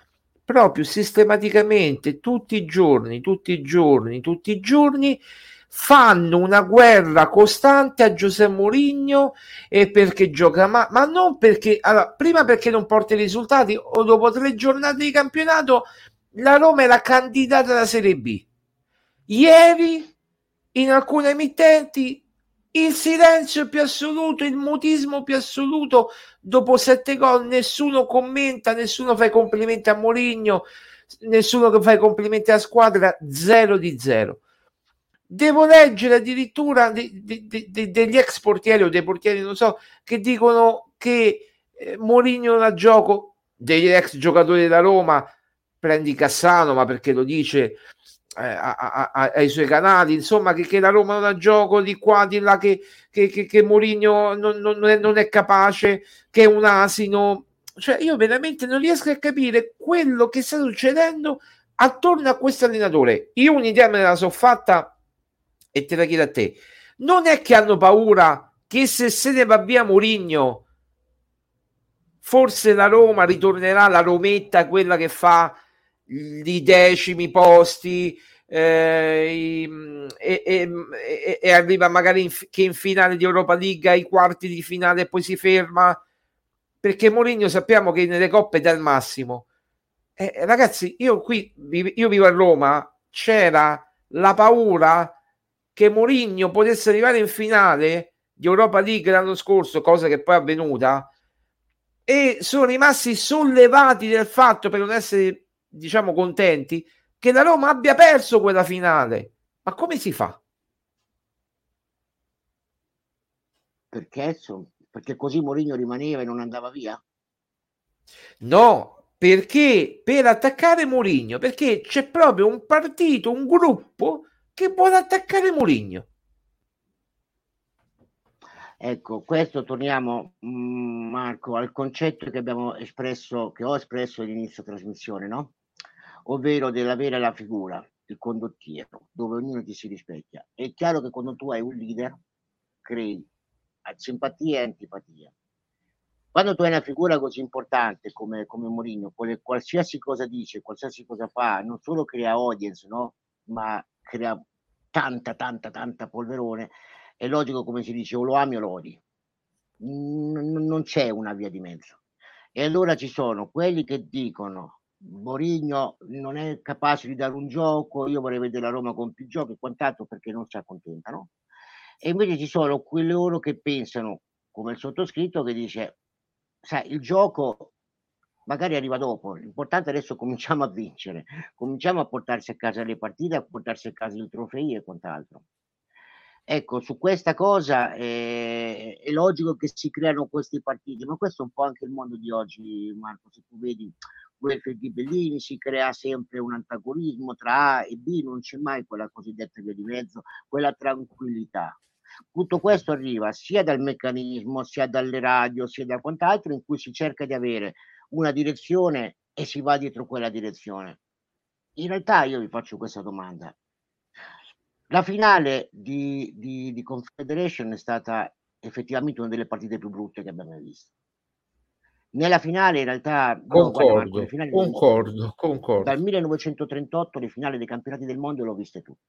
proprio sistematicamente tutti i giorni, tutti i giorni, tutti i giorni fanno una guerra costante a Giuseppe Mourinho, e perché gioca ma, ma non perché, allora, prima perché non porta i risultati, o dopo tre giornate di campionato la Roma era candidata alla Serie B. Ieri in alcune emittenti il silenzio più assoluto, il mutismo più assoluto. Dopo sette gol nessuno commenta, nessuno fa i complimenti a Mourinho, nessuno che fa i complimenti alla squadra, zero di zero. Devo leggere addirittura di, di, di, degli ex portieri o dei portieri, non so, che dicono che eh, Mourinho non ha gioco, degli ex giocatori della Roma, prendi Cassano, ma perché lo dice eh, a, a, a, ai suoi canali, insomma, che, che la Roma non ha gioco di qua, di là, che, che, che, che Mourinho non, non, è, non è capace, che è un asino. Cioè, io veramente non riesco a capire quello che sta succedendo attorno a questo allenatore. Io un'idea me la so fatta e te la chiedo a te. Non è che hanno paura che se se ne va via Mourinho, forse la Roma ritornerà la Rometta, quella che fa i decimi posti eh, i, e, e, e arriva magari in, che in finale di Europa League ai quarti di finale e poi si ferma, perché Mourinho sappiamo che nelle coppe dà il massimo. Eh, ragazzi, io qui io vivo a Roma, c'era la paura che Mourinho potesse arrivare in finale di Europa League l'anno scorso, cosa che poi è avvenuta, e sono rimasti sollevati del fatto, per non essere, diciamo, contenti, che la Roma abbia perso quella finale. Ma come si fa? Perché? Perché così Mourinho rimaneva e non andava via? No, perché per attaccare Mourinho, perché c'è proprio un partito, un gruppo che vuole attaccare Mourinho. Ecco, questo torniamo, mh, Marco, al concetto che abbiamo espresso, che ho espresso all'inizio trasmissione, no? Ovvero dell'avere la figura, il condottiero, dove ognuno ti si rispecchia. È chiaro che quando tu hai un leader, crei simpatia e antipatia. Quando tu hai una figura così importante come, come Mourinho, qualsiasi cosa dice, qualsiasi cosa fa, non solo crea audience, no? Ma crea tanta, tanta, tanta polverone. È logico, come si dice, o lo ami o lo odi. N- non c'è una via di mezzo. E allora ci sono quelli che dicono Mourinho non è capace di dare un gioco, io vorrei vedere la Roma con più giochi e quant'altro, perché non si accontentano. E invece ci sono quelli loro che pensano, come il sottoscritto, che dice, sai, il gioco magari arriva dopo, l'importante adesso cominciamo a vincere, cominciamo a portarsi a casa le partite, a portarsi a casa i trofei e quant'altro. Ecco, su questa cosa eh, è logico che si creano questi partiti, ma questo è un po' anche il mondo di oggi, Marco. Se tu vedi UEFA e Ghibellini, si crea sempre un antagonismo tra A e B, non c'è mai quella cosiddetta via di mezzo, quella tranquillità. Tutto questo arriva sia dal meccanismo, sia dalle radio, sia da quant'altro, in cui si cerca di avere una direzione e si va dietro quella direzione. In realtà io vi faccio questa domanda. La finale di, di, di Confederation è stata effettivamente una delle partite più brutte che abbiamo mai visto. Nella finale, in realtà, io guarda Marco, le Concordo, finali le ho viste tutte. concordo, concordo. Dal millenovecentotrentotto le finali dei campionati del mondo le ho viste tutte.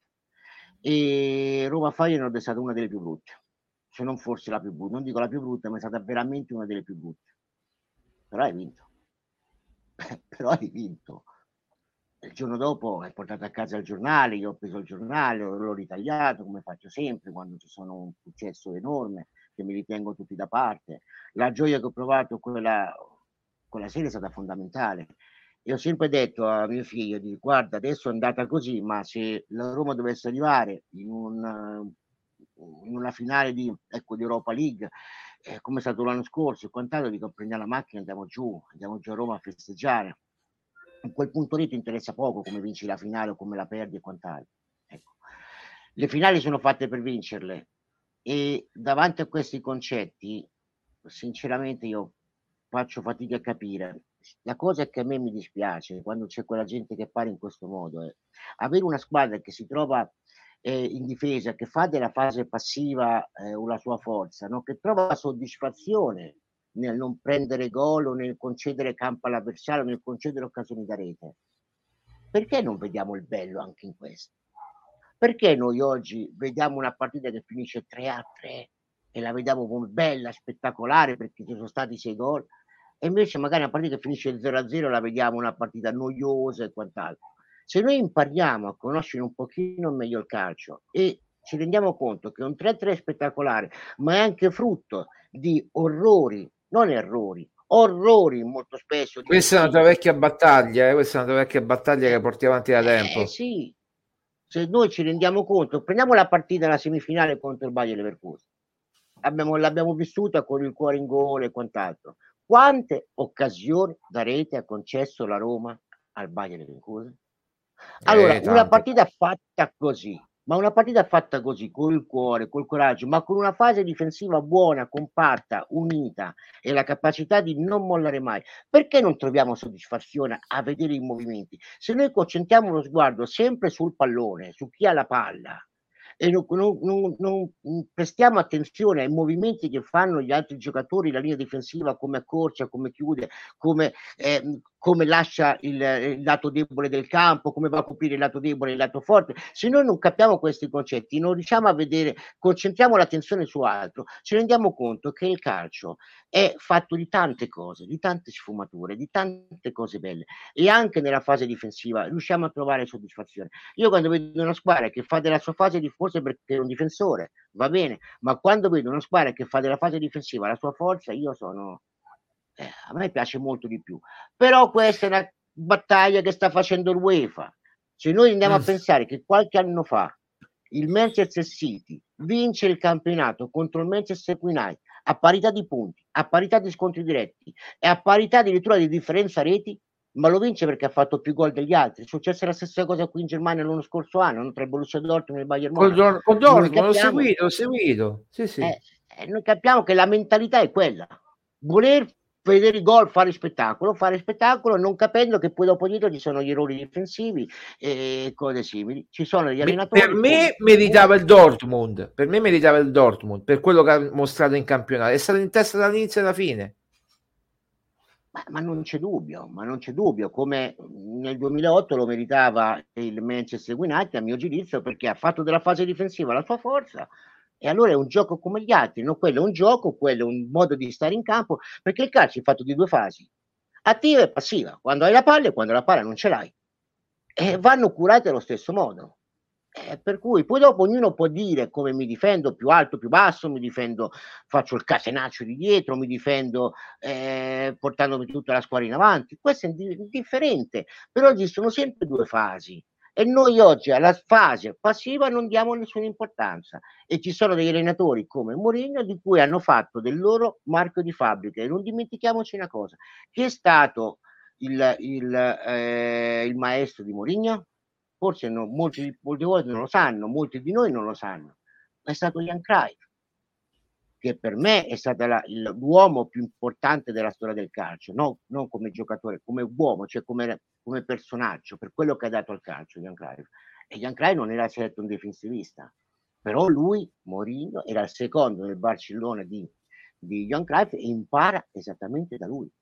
E Roma Feyenoord è stata una delle più brutte, se non forse la più brutta. Non dico la più brutta, ma è stata veramente una delle più brutte. Però hai vinto. Però hai vinto. Il giorno dopo hai portato a casa il giornale, io ho preso il giornale, l'ho ritagliato come faccio sempre quando ci sono un successo enorme, che mi ritengo tutti da parte. La gioia che ho provato quella, quella sera è stata fondamentale. E ho sempre detto a mio figlio, di, guarda, adesso è andata così, ma se la Roma dovesse arrivare in, un, in una finale di, ecco, di Europa League, eh, come è stato l'anno scorso, e quant'altro, dico, prendiamo la macchina e andiamo giù, andiamo giù a Roma a festeggiare. A quel punto lì ti interessa poco come vinci la finale o come la perdi e quant'altro. Ecco. Le finali sono fatte per vincerle e davanti a questi concetti, sinceramente io faccio fatica a capire. La cosa che a me mi dispiace quando c'è quella gente che parla in questo modo è avere una squadra che si trova eh, in difesa, che fa della fase passiva eh, una sua forza, no? Che trova soddisfazione nel non prendere gol o nel concedere campo all'avversario, nel concedere occasioni da rete. Perché non vediamo il bello anche in questo? Perché noi oggi vediamo una partita che finisce tre a tre e la vediamo come bella, spettacolare, perché ci sono stati sei gol, e invece magari una partita che finisce zero a zero la vediamo una partita noiosa e quant'altro. Se noi impariamo a conoscere un pochino meglio il calcio e ci rendiamo conto che un tre a tre è spettacolare, ma è anche frutto di orrori, non errori, orrori molto spesso. Questa è una tua vecchia battaglia, eh? Questa è una tua vecchia battaglia che porti avanti da tempo. Eh sì, se noi ci rendiamo conto, prendiamo la partita nella semifinale contro il Bayer Leverkusen, abbiamo, l'abbiamo vissuta con il cuore in gola e quant'altro. Quante occasioni da rete ha concesso la Roma al Bayer Leverkusen? Allora, Eh, una partita fatta così, ma una partita fatta così, col cuore, col coraggio, ma con una fase difensiva buona, compatta, unita e la capacità di non mollare mai, perché non troviamo soddisfazione a vedere i movimenti? Se noi concentriamo lo sguardo sempre sul pallone, su chi ha la palla, e non, non, non, non prestiamo attenzione ai movimenti che fanno gli altri giocatori, la linea difensiva, come accorcia, come chiude, come, eh, come lascia il, il lato debole del campo, come va a coprire il lato debole e il lato forte. Se noi non capiamo questi concetti, non riusciamo a vedere, concentriamo l'attenzione su altro, ci rendiamo conto che il calcio è fatto di tante cose, di tante sfumature, di tante cose belle, e anche nella fase difensiva riusciamo a trovare soddisfazione. Io quando vedo una squadra che fa della sua fase di forza perché è un difensore, va bene, ma quando vedo una squadra che fa della fase difensiva la sua forza, io sono eh, a me piace molto di più. Però questa è una battaglia che sta facendo l'UEFA. Se noi andiamo mm. a pensare che qualche anno fa il Manchester City vince il campionato contro il Manchester United a parità di punti, a parità di scontri diretti e a parità addirittura di differenza reti, ma lo vince perché ha fatto più gol degli altri. È successa la stessa cosa qui in Germania l'anno scorso anno, tra il Borussia Dortmund e il Bayern Monaco. Con Dortmund, l'ho seguito, l'ho seguito. Sì, sì. Eh, eh, noi capiamo che la mentalità è quella, voler vedere i gol, fare spettacolo, fare spettacolo, non capendo che poi dopo dietro ci sono gli errori difensivi e cose simili. Ci sono degli allenatori. Per me meritava il Dortmund, per me meritava il Dortmund, per quello che ha mostrato in campionato. È stato in testa dall'inizio alla fine. Ma, ma non c'è dubbio, ma non c'è dubbio, come nel duemilaotto lo meritava il Manchester United, a mio giudizio, perché ha fatto della fase difensiva la sua forza. E allora è un gioco come gli altri, no? Quello è un gioco, quello è un modo di stare in campo, perché il calcio è fatto di due fasi, attiva e passiva, quando hai la palla e quando la palla non ce l'hai, e vanno curate allo stesso modo. Eh, per cui poi dopo ognuno può dire come mi difendo, più alto, più basso, mi difendo, faccio il catenaccio di dietro, mi difendo eh, portandomi tutta la squadra in avanti, questo è indifferente, però esistono sempre due fasi. E noi oggi alla fase passiva non diamo nessuna importanza, e ci sono degli allenatori come Mourinho di cui hanno fatto del loro marchio di fabbrica. E non dimentichiamoci una cosa: chi è stato il, il, eh, il maestro di Mourinho? Forse no, molti, molti di voi non lo sanno, molti di noi non lo sanno, ma è stato Johan Cruyff, che per me è stato la, il, l'uomo più importante della storia del calcio, no, non come giocatore, come uomo, cioè come, come personaggio, per quello che ha dato al calcio Johan Cruyff. E Johan Cruyff non era certo un difensivista, però lui, Mourinho, era il secondo nel Barcellona di, di Johan Cruyff e impara esattamente da lui.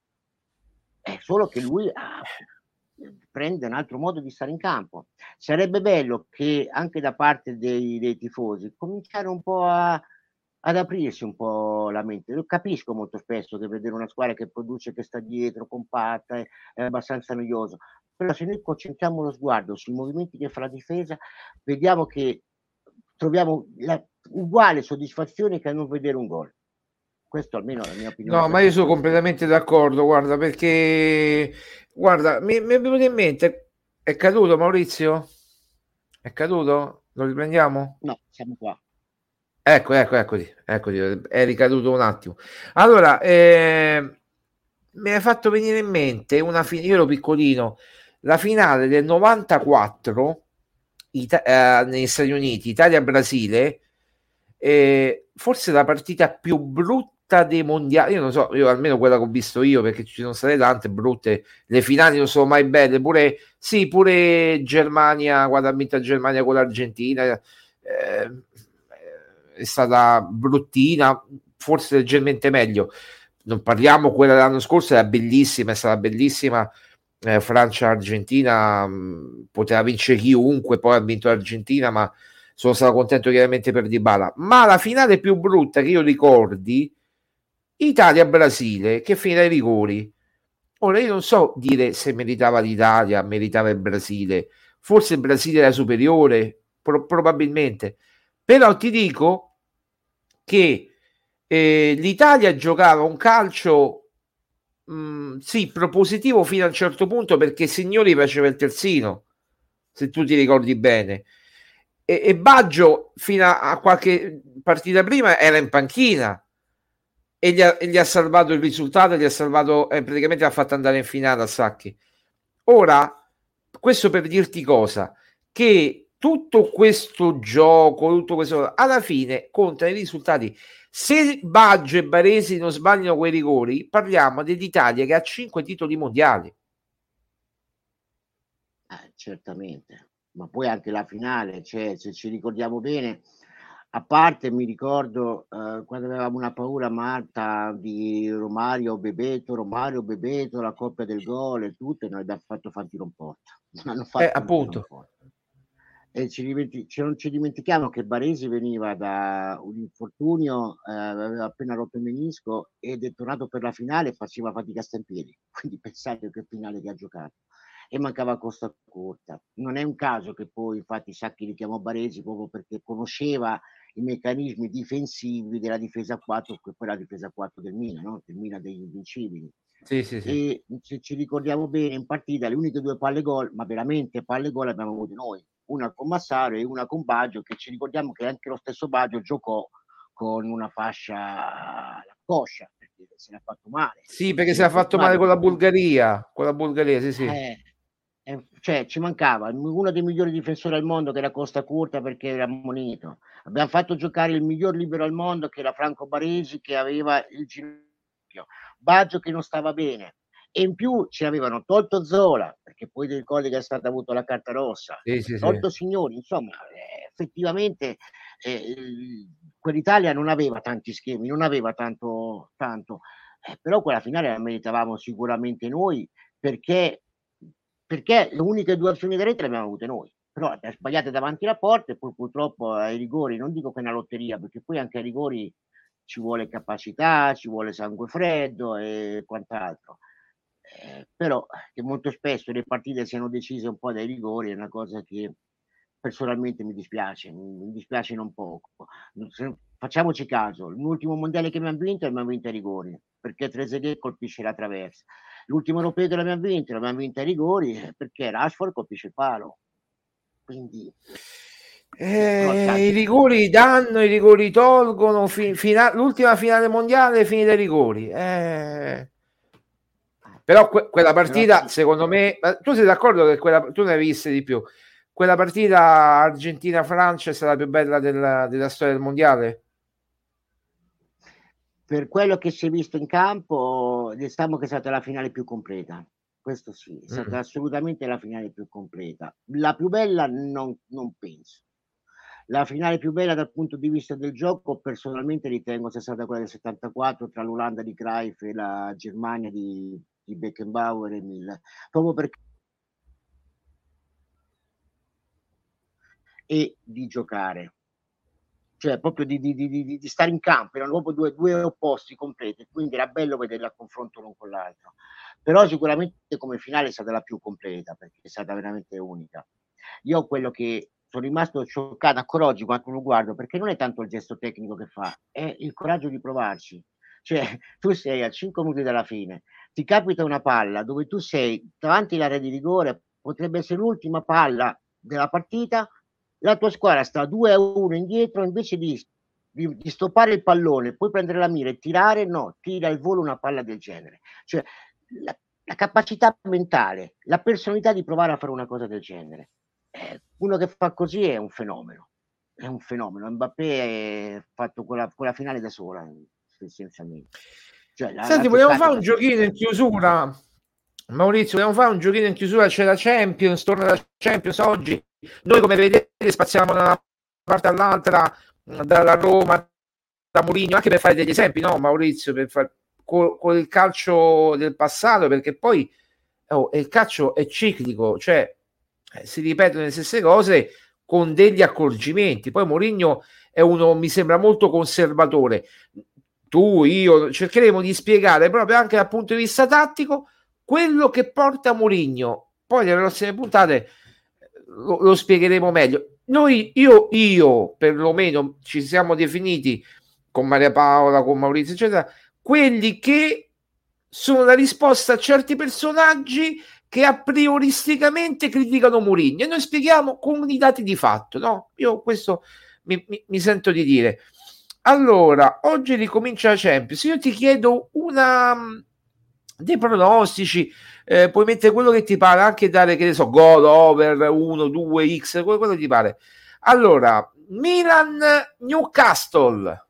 È solo che lui ha, prende un altro modo di stare in campo. Sarebbe bello che anche da parte dei, dei tifosi cominciare un po' a ad aprirsi un po' la mente. Io capisco molto spesso che vedere una squadra che produce, che sta dietro, compatta, è, è abbastanza noioso, però se noi concentriamo lo sguardo sui movimenti che fa la difesa, vediamo che troviamo la uguale soddisfazione che a non vedere un gol. Questo almeno è la mia opinione. No, ma io sono completamente d'accordo, guarda, perché guarda, mi, mi è venuto in mente, è caduto Maurizio? È caduto? Lo riprendiamo? No, siamo qua. Ecco, ecco, eccoti, eccoti, è ricaduto un attimo. Allora, eh, mi hai fatto venire in mente una finale, io ero piccolino, la finale del novantaquattro Ita- eh, negli Stati Uniti, Italia-Brasile, eh, forse la partita più brutta dei mondiali, io non so, io almeno quella che ho visto io, perché ci sono state tante brutte, le finali non sono mai belle, pure, sì, pure Germania, quando ha vinto Germania con l'Argentina, eh, è stata bruttina, forse leggermente meglio, non parliamo, quella dell'anno scorso era bellissima, è stata bellissima, eh, Francia-Argentina, mh, poteva vincere chiunque, poi ha vinto l'Argentina, ma sono stato contento chiaramente per Dybala. Ma la finale più brutta che io ricordi, Italia-Brasile, che finì ai rigori. Ora io non so dire se meritava l'Italia, meritava il Brasile, forse il Brasile era superiore, pro- probabilmente, però ti dico che eh, l'Italia giocava un calcio mh, sì, propositivo fino a un certo punto, perché Signori faceva il terzino, se tu ti ricordi bene, e, e Baggio fino a, a qualche partita prima era in panchina e gli ha, e gli ha salvato il risultato, gli ha salvato, eh, praticamente l'ha fatto andare in finale a Sacchi. Ora, questo per dirti cosa, che tutto questo gioco, tutto questo, alla fine conta i risultati. Se Baggio e Baresi non sbagliano quei rigori, parliamo dell'Italia che ha cinque titoli mondiali. Eh, certamente, ma poi anche la finale, cioè, se ci ricordiamo bene, a parte mi ricordo eh, quando avevamo una paura matta di Romario Bebeto, Romario Bebeto, la coppia del gol e tutto, e noi abbiamo fatto far tiro in porta. Non hanno Eh, fatto un tiro in appunto. porta. E ci dimenti- ci- non ci dimentichiamo che Baresi veniva da un infortunio, eh, aveva appena rotto il menisco ed è tornato per la finale e faceva fatica a stare in piedi. Quindi pensate che finale che ha giocato. E mancava Costa Curta. Non è un caso che poi infatti Sacchi richiamò Baresi proprio perché conosceva i meccanismi difensivi della difesa quattro, che poi è la difesa quattro del Milan, no? Del Milan degli invincibili. Sì, sì, sì. E se ci ricordiamo bene in partita le uniche due palle gol, ma veramente palle gol abbiamo avuto noi, una con Massaro e una con Baggio, che ci ricordiamo che anche lo stesso Baggio giocò con una fascia alla coscia perché se l'ha fatto male, Sì, perché si si è era fatto male infortunato con la perché Bulgaria, con la Bulgaria, sì, sì. eh, eh, cioè ci mancava uno dei migliori difensori al mondo che era Costa Curta perché era ammonito. Abbiamo fatto giocare il miglior libero al mondo che era Franco Baresi, che aveva il ginocchio, Baggio che non stava bene, e in più ci avevano tolto Zola perché poi ti ricordi che è stata avuto la carta rossa, Sì, sì, sì. tolto Signori, insomma eh, effettivamente eh, quell'Italia non aveva tanti schemi, non aveva tanto, tanto eh, però quella finale la meritavamo sicuramente noi perché, perché le uniche due azioni da rete le abbiamo avute noi, però le sbagliate davanti alla porta e poi purtroppo ai rigori, non dico che è una lotteria, perché poi anche ai rigori ci vuole capacità, ci vuole sangue freddo e quant'altro. Eh, però che molto spesso le partite siano decise un po' dai rigori è una cosa che personalmente mi dispiace, mi dispiace non poco. Facciamoci caso, l'ultimo mondiale che abbiamo vinto l'abbiamo vinto ai rigori, perché Trezeguet colpisce la traversa. L'ultimo europeo che l'abbiamo vinto l'abbiamo vinto ai rigori perché Rashford colpisce il palo. Quindi Eh, i rigori danno, i rigori tolgono, fi- fina- l'ultima finale mondiale è finita ai rigori. Eh. Però que- quella partita, secondo me, tu sei d'accordo che quella, tu ne hai viste di più, quella partita Argentina-Francia è stata la più bella della, della storia del mondiale? Per quello che si è visto in campo, diciamo che è stata la finale più completa. Questo sì, è stata Mm. assolutamente la finale più completa. La più bella non, non penso. La finale più bella dal punto di vista del gioco, personalmente ritengo sia stata quella del settantaquattro tra l'Olanda di Cruyff e la Germania di, di Beckenbauer e Müller, proprio perché e di giocare, cioè proprio di, di, di, di stare in campo, erano proprio due, due opposti completi, quindi era bello vederla a confronto l'un con l'altro. Però sicuramente come finale è stata la più completa perché è stata veramente unica. Io quello che sono rimasto scioccato ancora oggi quando lo guardo, perché non è tanto il gesto tecnico che fa, è il coraggio di provarci. Cioè, tu sei a cinque minuti dalla fine, ti capita una palla dove tu sei davanti all'area di rigore, potrebbe essere l'ultima palla della partita, la tua squadra sta due a uno indietro, invece di, di, di stoppare il pallone, poi prendere la mira e tirare, no, tira al volo una palla del genere. Cioè, la, la capacità mentale, la personalità di provare a fare una cosa del genere. Eh, uno che fa così è un fenomeno, è un fenomeno. Mbappé ha fatto quella, quella finale da sola, essenzialmente. Cioè, l'ha, l'ha Senti, vogliamo giocata fare un da sola. giochino in chiusura? Maurizio, vogliamo fare un giochino in chiusura? C'è la Champions, torna la Champions oggi. Noi, come vedete, spaziamo da una parte all'altra, dalla Roma, da Mourinho, anche per fare degli esempi, no, Maurizio? Per far... con, con il calcio del passato, perché poi oh, il calcio è ciclico, cioè eh, si ripetono le stesse cose con degli accorgimenti. Poi Mourinho è uno, mi sembra, molto conservatore. Tu, io, cercheremo di spiegare proprio anche dal punto di vista tattico quello che porta Mourinho. Poi nelle prossime puntate lo, lo spiegheremo meglio. Noi, io, io perlomeno ci siamo definiti con Maria Paola, con Maurizio, eccetera, quelli che sono la risposta a certi personaggi che a prioristicamente criticano Mourinho, e noi spieghiamo con i dati di fatto, no? Io questo mi, mi, mi sento di dire. Allora, oggi ricomincia la Champions. Io ti chiedo una dei pronostici, eh, puoi mettere quello che ti pare, anche dare, che ne so, gol, over, uno, due, x, quello, quello che ti pare. Allora, Milan Newcastle.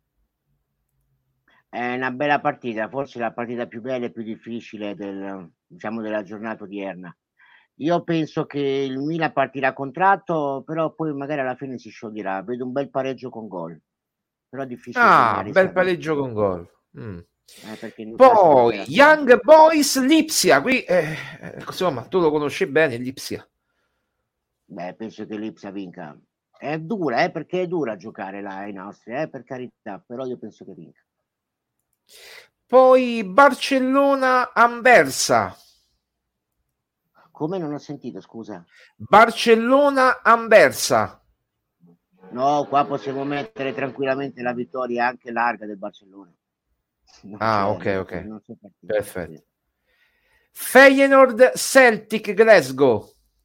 È una bella partita, forse la partita più bella e più difficile del, diciamo, della giornata odierna. Io penso che il Milan partirà contratto, però poi magari alla fine si scioglierà. Vedo un bel pareggio con gol, però è difficile Ah, segnare bel sia pareggio con gol. Mm. eh, perché Poi Young Boys Lipsia, qui eh, insomma tu lo conosci bene, Lipsia. Beh, penso che Lipsia vinca. È dura, eh, perché è dura giocare là in Austria, eh, per carità, però io penso che vinca. Poi Barcellona Anversa. Come non ho sentito, scusa? Barcellona Anversa. No, qua possiamo mettere tranquillamente la vittoria anche larga del Barcellona. Non ah, ok, ok. Non so perfetto. Sì. Feyenoord Celtic Glasgow.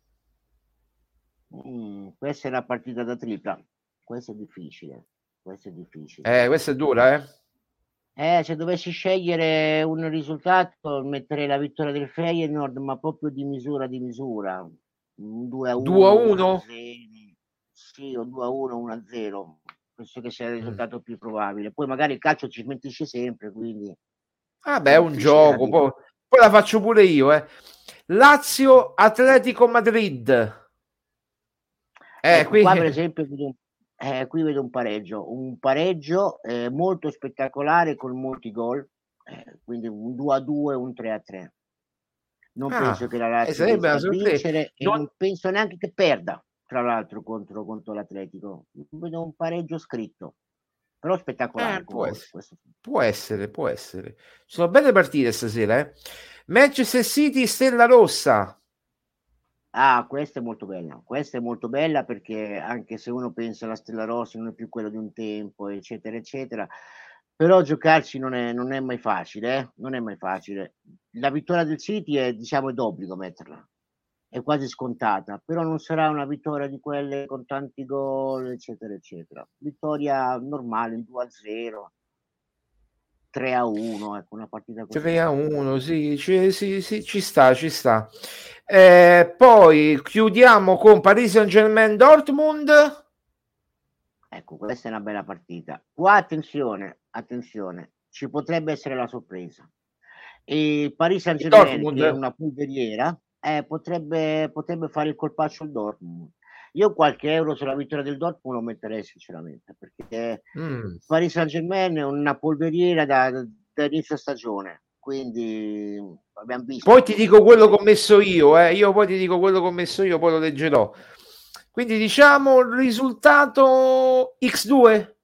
Mm, questa è una partita da tripla. Questo è difficile. Questo è difficile. Eh, questa è dura, eh? Eh, se dovessi scegliere un risultato, metterei la vittoria del Feyenoord, ma proprio di misura di misura. Un due a uno, sì, o due a uno, uno a zero. Penso che sia il risultato mm. più probabile. Poi magari il calcio ci smentisce sempre, quindi... Ah beh, è un gioco, poi, poi la faccio pure io, eh. Lazio Atletico Madrid. Eh, ecco, qui... qua per esempio vedo un, eh, qui vedo un pareggio, un pareggio eh, molto spettacolare con molti gol, eh, quindi un due a due, un tre a tre. Non ah, penso che la Lazio possa vincere e non... non penso neanche che perda, tra l'altro, contro, contro l'Atletico. Vedo un pareggio scritto, però spettacolare. Eh, può, essere, può essere, può essere. Sono belle partite stasera, eh. Manchester City Stella Rossa. Ah, questa è molto bella, questa è molto bella perché anche se uno pensa alla Stella Rossa non è più quello di un tempo, eccetera, eccetera, però giocarci non è, non è mai facile, eh? Non è mai facile. La vittoria del City è, diciamo, è d'obbligo metterla, è quasi scontata, però non sarà una vittoria di quelle con tanti gol, eccetera, eccetera. Vittoria normale, due a zero. tre a uno, ecco, una partita così. tre a uno, sì, ci, sì, sì, ci sta, ci sta. Eh, poi chiudiamo con Paris Saint-Germain Dortmund. Ecco, questa è una bella partita. Qua attenzione, attenzione, ci potrebbe essere la sorpresa. E Paris Saint-Germain, che è una polveriera, eh, potrebbe, potrebbe fare il colpaccio al Dortmund. Io qualche euro sulla vittoria del Dortmund lo metterei sinceramente, perché mm. Paris Saint-Germain è una polveriera da, da inizio stagione, quindi abbiamo visto. Poi ti dico quello che ho messo io, eh. io poi ti dico quello che ho messo io, poi lo leggerò. Quindi diciamo il risultato X due?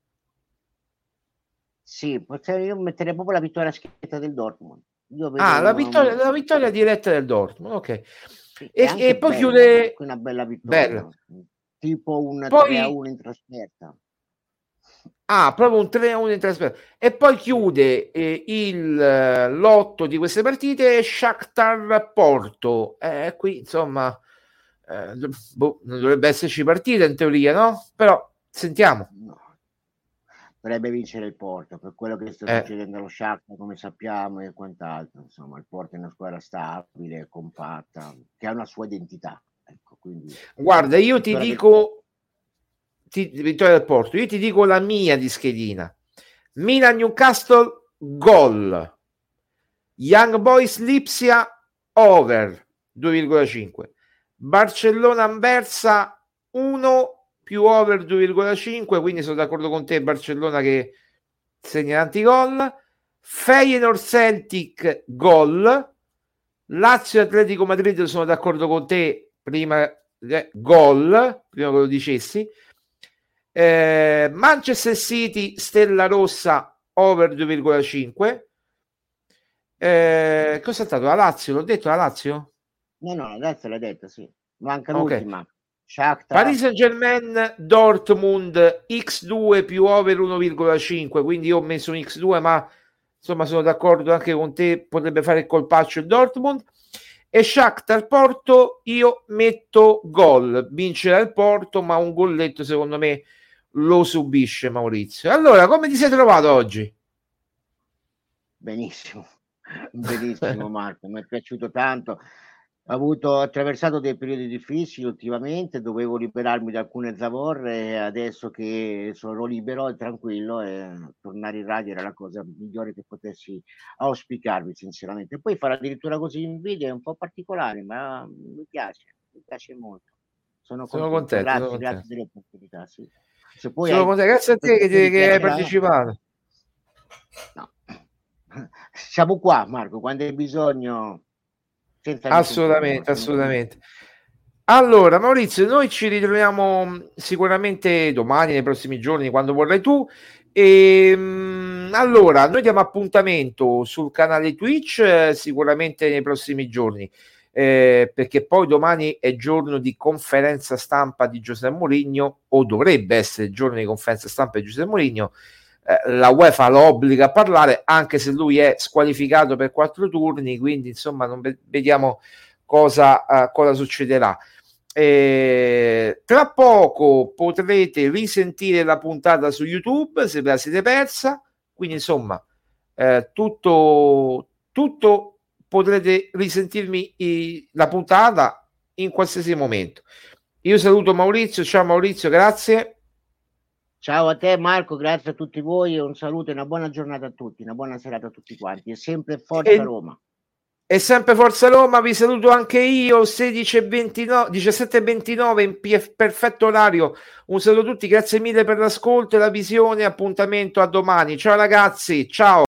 Sì, potrei, io metterei proprio la vittoria schietta del Dortmund. Io vedo ah, la vittoria, una... la vittoria diretta del Dortmund, ok. Sì, e, e poi bella, chiude... Una bella vittoria. Bella. Tipo un poi... tre a uno in trasferta. Ah, proprio un tre a uno in trasferta. E poi chiude eh, il eh, lotto di queste partite Shakhtar Porto. Eh, qui, insomma... Eh, boh, non dovrebbe esserci partita in teoria, no? Però sentiamo. No. Dovrebbe vincere il Porto per quello che sta eh. succedendo allo Shakhtar, come sappiamo, e quant'altro. Insomma, il Porto è una squadra stabile, compatta, che ha una sua identità. Ecco, quindi, guarda, io ti dico del... ti, vittoria del Porto, io ti dico la mia di schedina. Milan Newcastle gol. Young Boys Lipsia over due virgola cinque. Barcellona Anversa uno più over due virgola cinque, quindi sono d'accordo con te, Barcellona che segna tanti gol. Feyenoord Celtic gol, Lazio Atletico Madrid, sono d'accordo con te, prima eh, gol, prima che lo dicessi. eh, Manchester City Stella Rossa over due virgola cinque. Eh, cosa è stato? La Lazio? L'ho detto la Lazio? No, no, adesso l'hai detto, sì. Manca Ok. l'ultima. Shakhtar. Paris Saint-Germain Dortmund X due più over uno virgola cinque, quindi io ho messo un X due, ma insomma sono d'accordo anche con te, potrebbe fare il colpaccio il Dortmund. E Shakhtar Porto io metto gol, vincerà il Porto, ma un golletto secondo me lo subisce Maurizio. Allora, come ti sei trovato oggi? Benissimo, benissimo Marco, mi è piaciuto tanto. Ho avuto attraversato dei periodi difficili ultimamente, dovevo liberarmi da alcune zavorre e adesso che sono libero e tranquillo, e tornare in radio era la cosa migliore che potessi auspicarvi sinceramente. Poi fare addirittura così in video è un po' particolare, ma mi piace, mi piace molto. Sono Sono contento, contento, sono grazie, contento. grazie dell'opportunità. Sì. Se poi Sono hai contento, grazie a te che, aspettative che hai chiacchierare, partecipato. no. Siamo qua Marco, quando hai bisogno, senza nessun Assolutamente, problema. assolutamente. Allora, Maurizio, noi ci ritroviamo sicuramente domani, nei prossimi giorni, quando vorrai tu. E, mh, allora, noi diamo appuntamento sul canale Twitch eh, sicuramente nei prossimi giorni, eh, perché poi domani è giorno di conferenza stampa di Giuseppe Mourinho, o dovrebbe essere il giorno di conferenza stampa di Giuseppe Mourinho. Eh, la UEFA lo obbliga a parlare, anche se lui è squalificato per quattro turni, quindi insomma non ve- vediamo cosa, uh, cosa succederà. Eh, tra poco potrete risentire la puntata su YouTube se ve la siete persa, quindi insomma eh, tutto, tutto potrete risentirmi i, la puntata in qualsiasi momento. Io saluto Maurizio, ciao Maurizio, grazie. Ciao a te Marco, grazie a tutti voi e un saluto e una buona giornata a tutti, una buona serata a tutti quanti e sempre forza E, Roma. e sempre Forza Roma, vi saluto anche io, sedici e ventinove, diciassette e ventinove in P F, perfetto orario. Un saluto a tutti, grazie mille per l'ascolto e la visione, appuntamento a domani. Ciao ragazzi, ciao.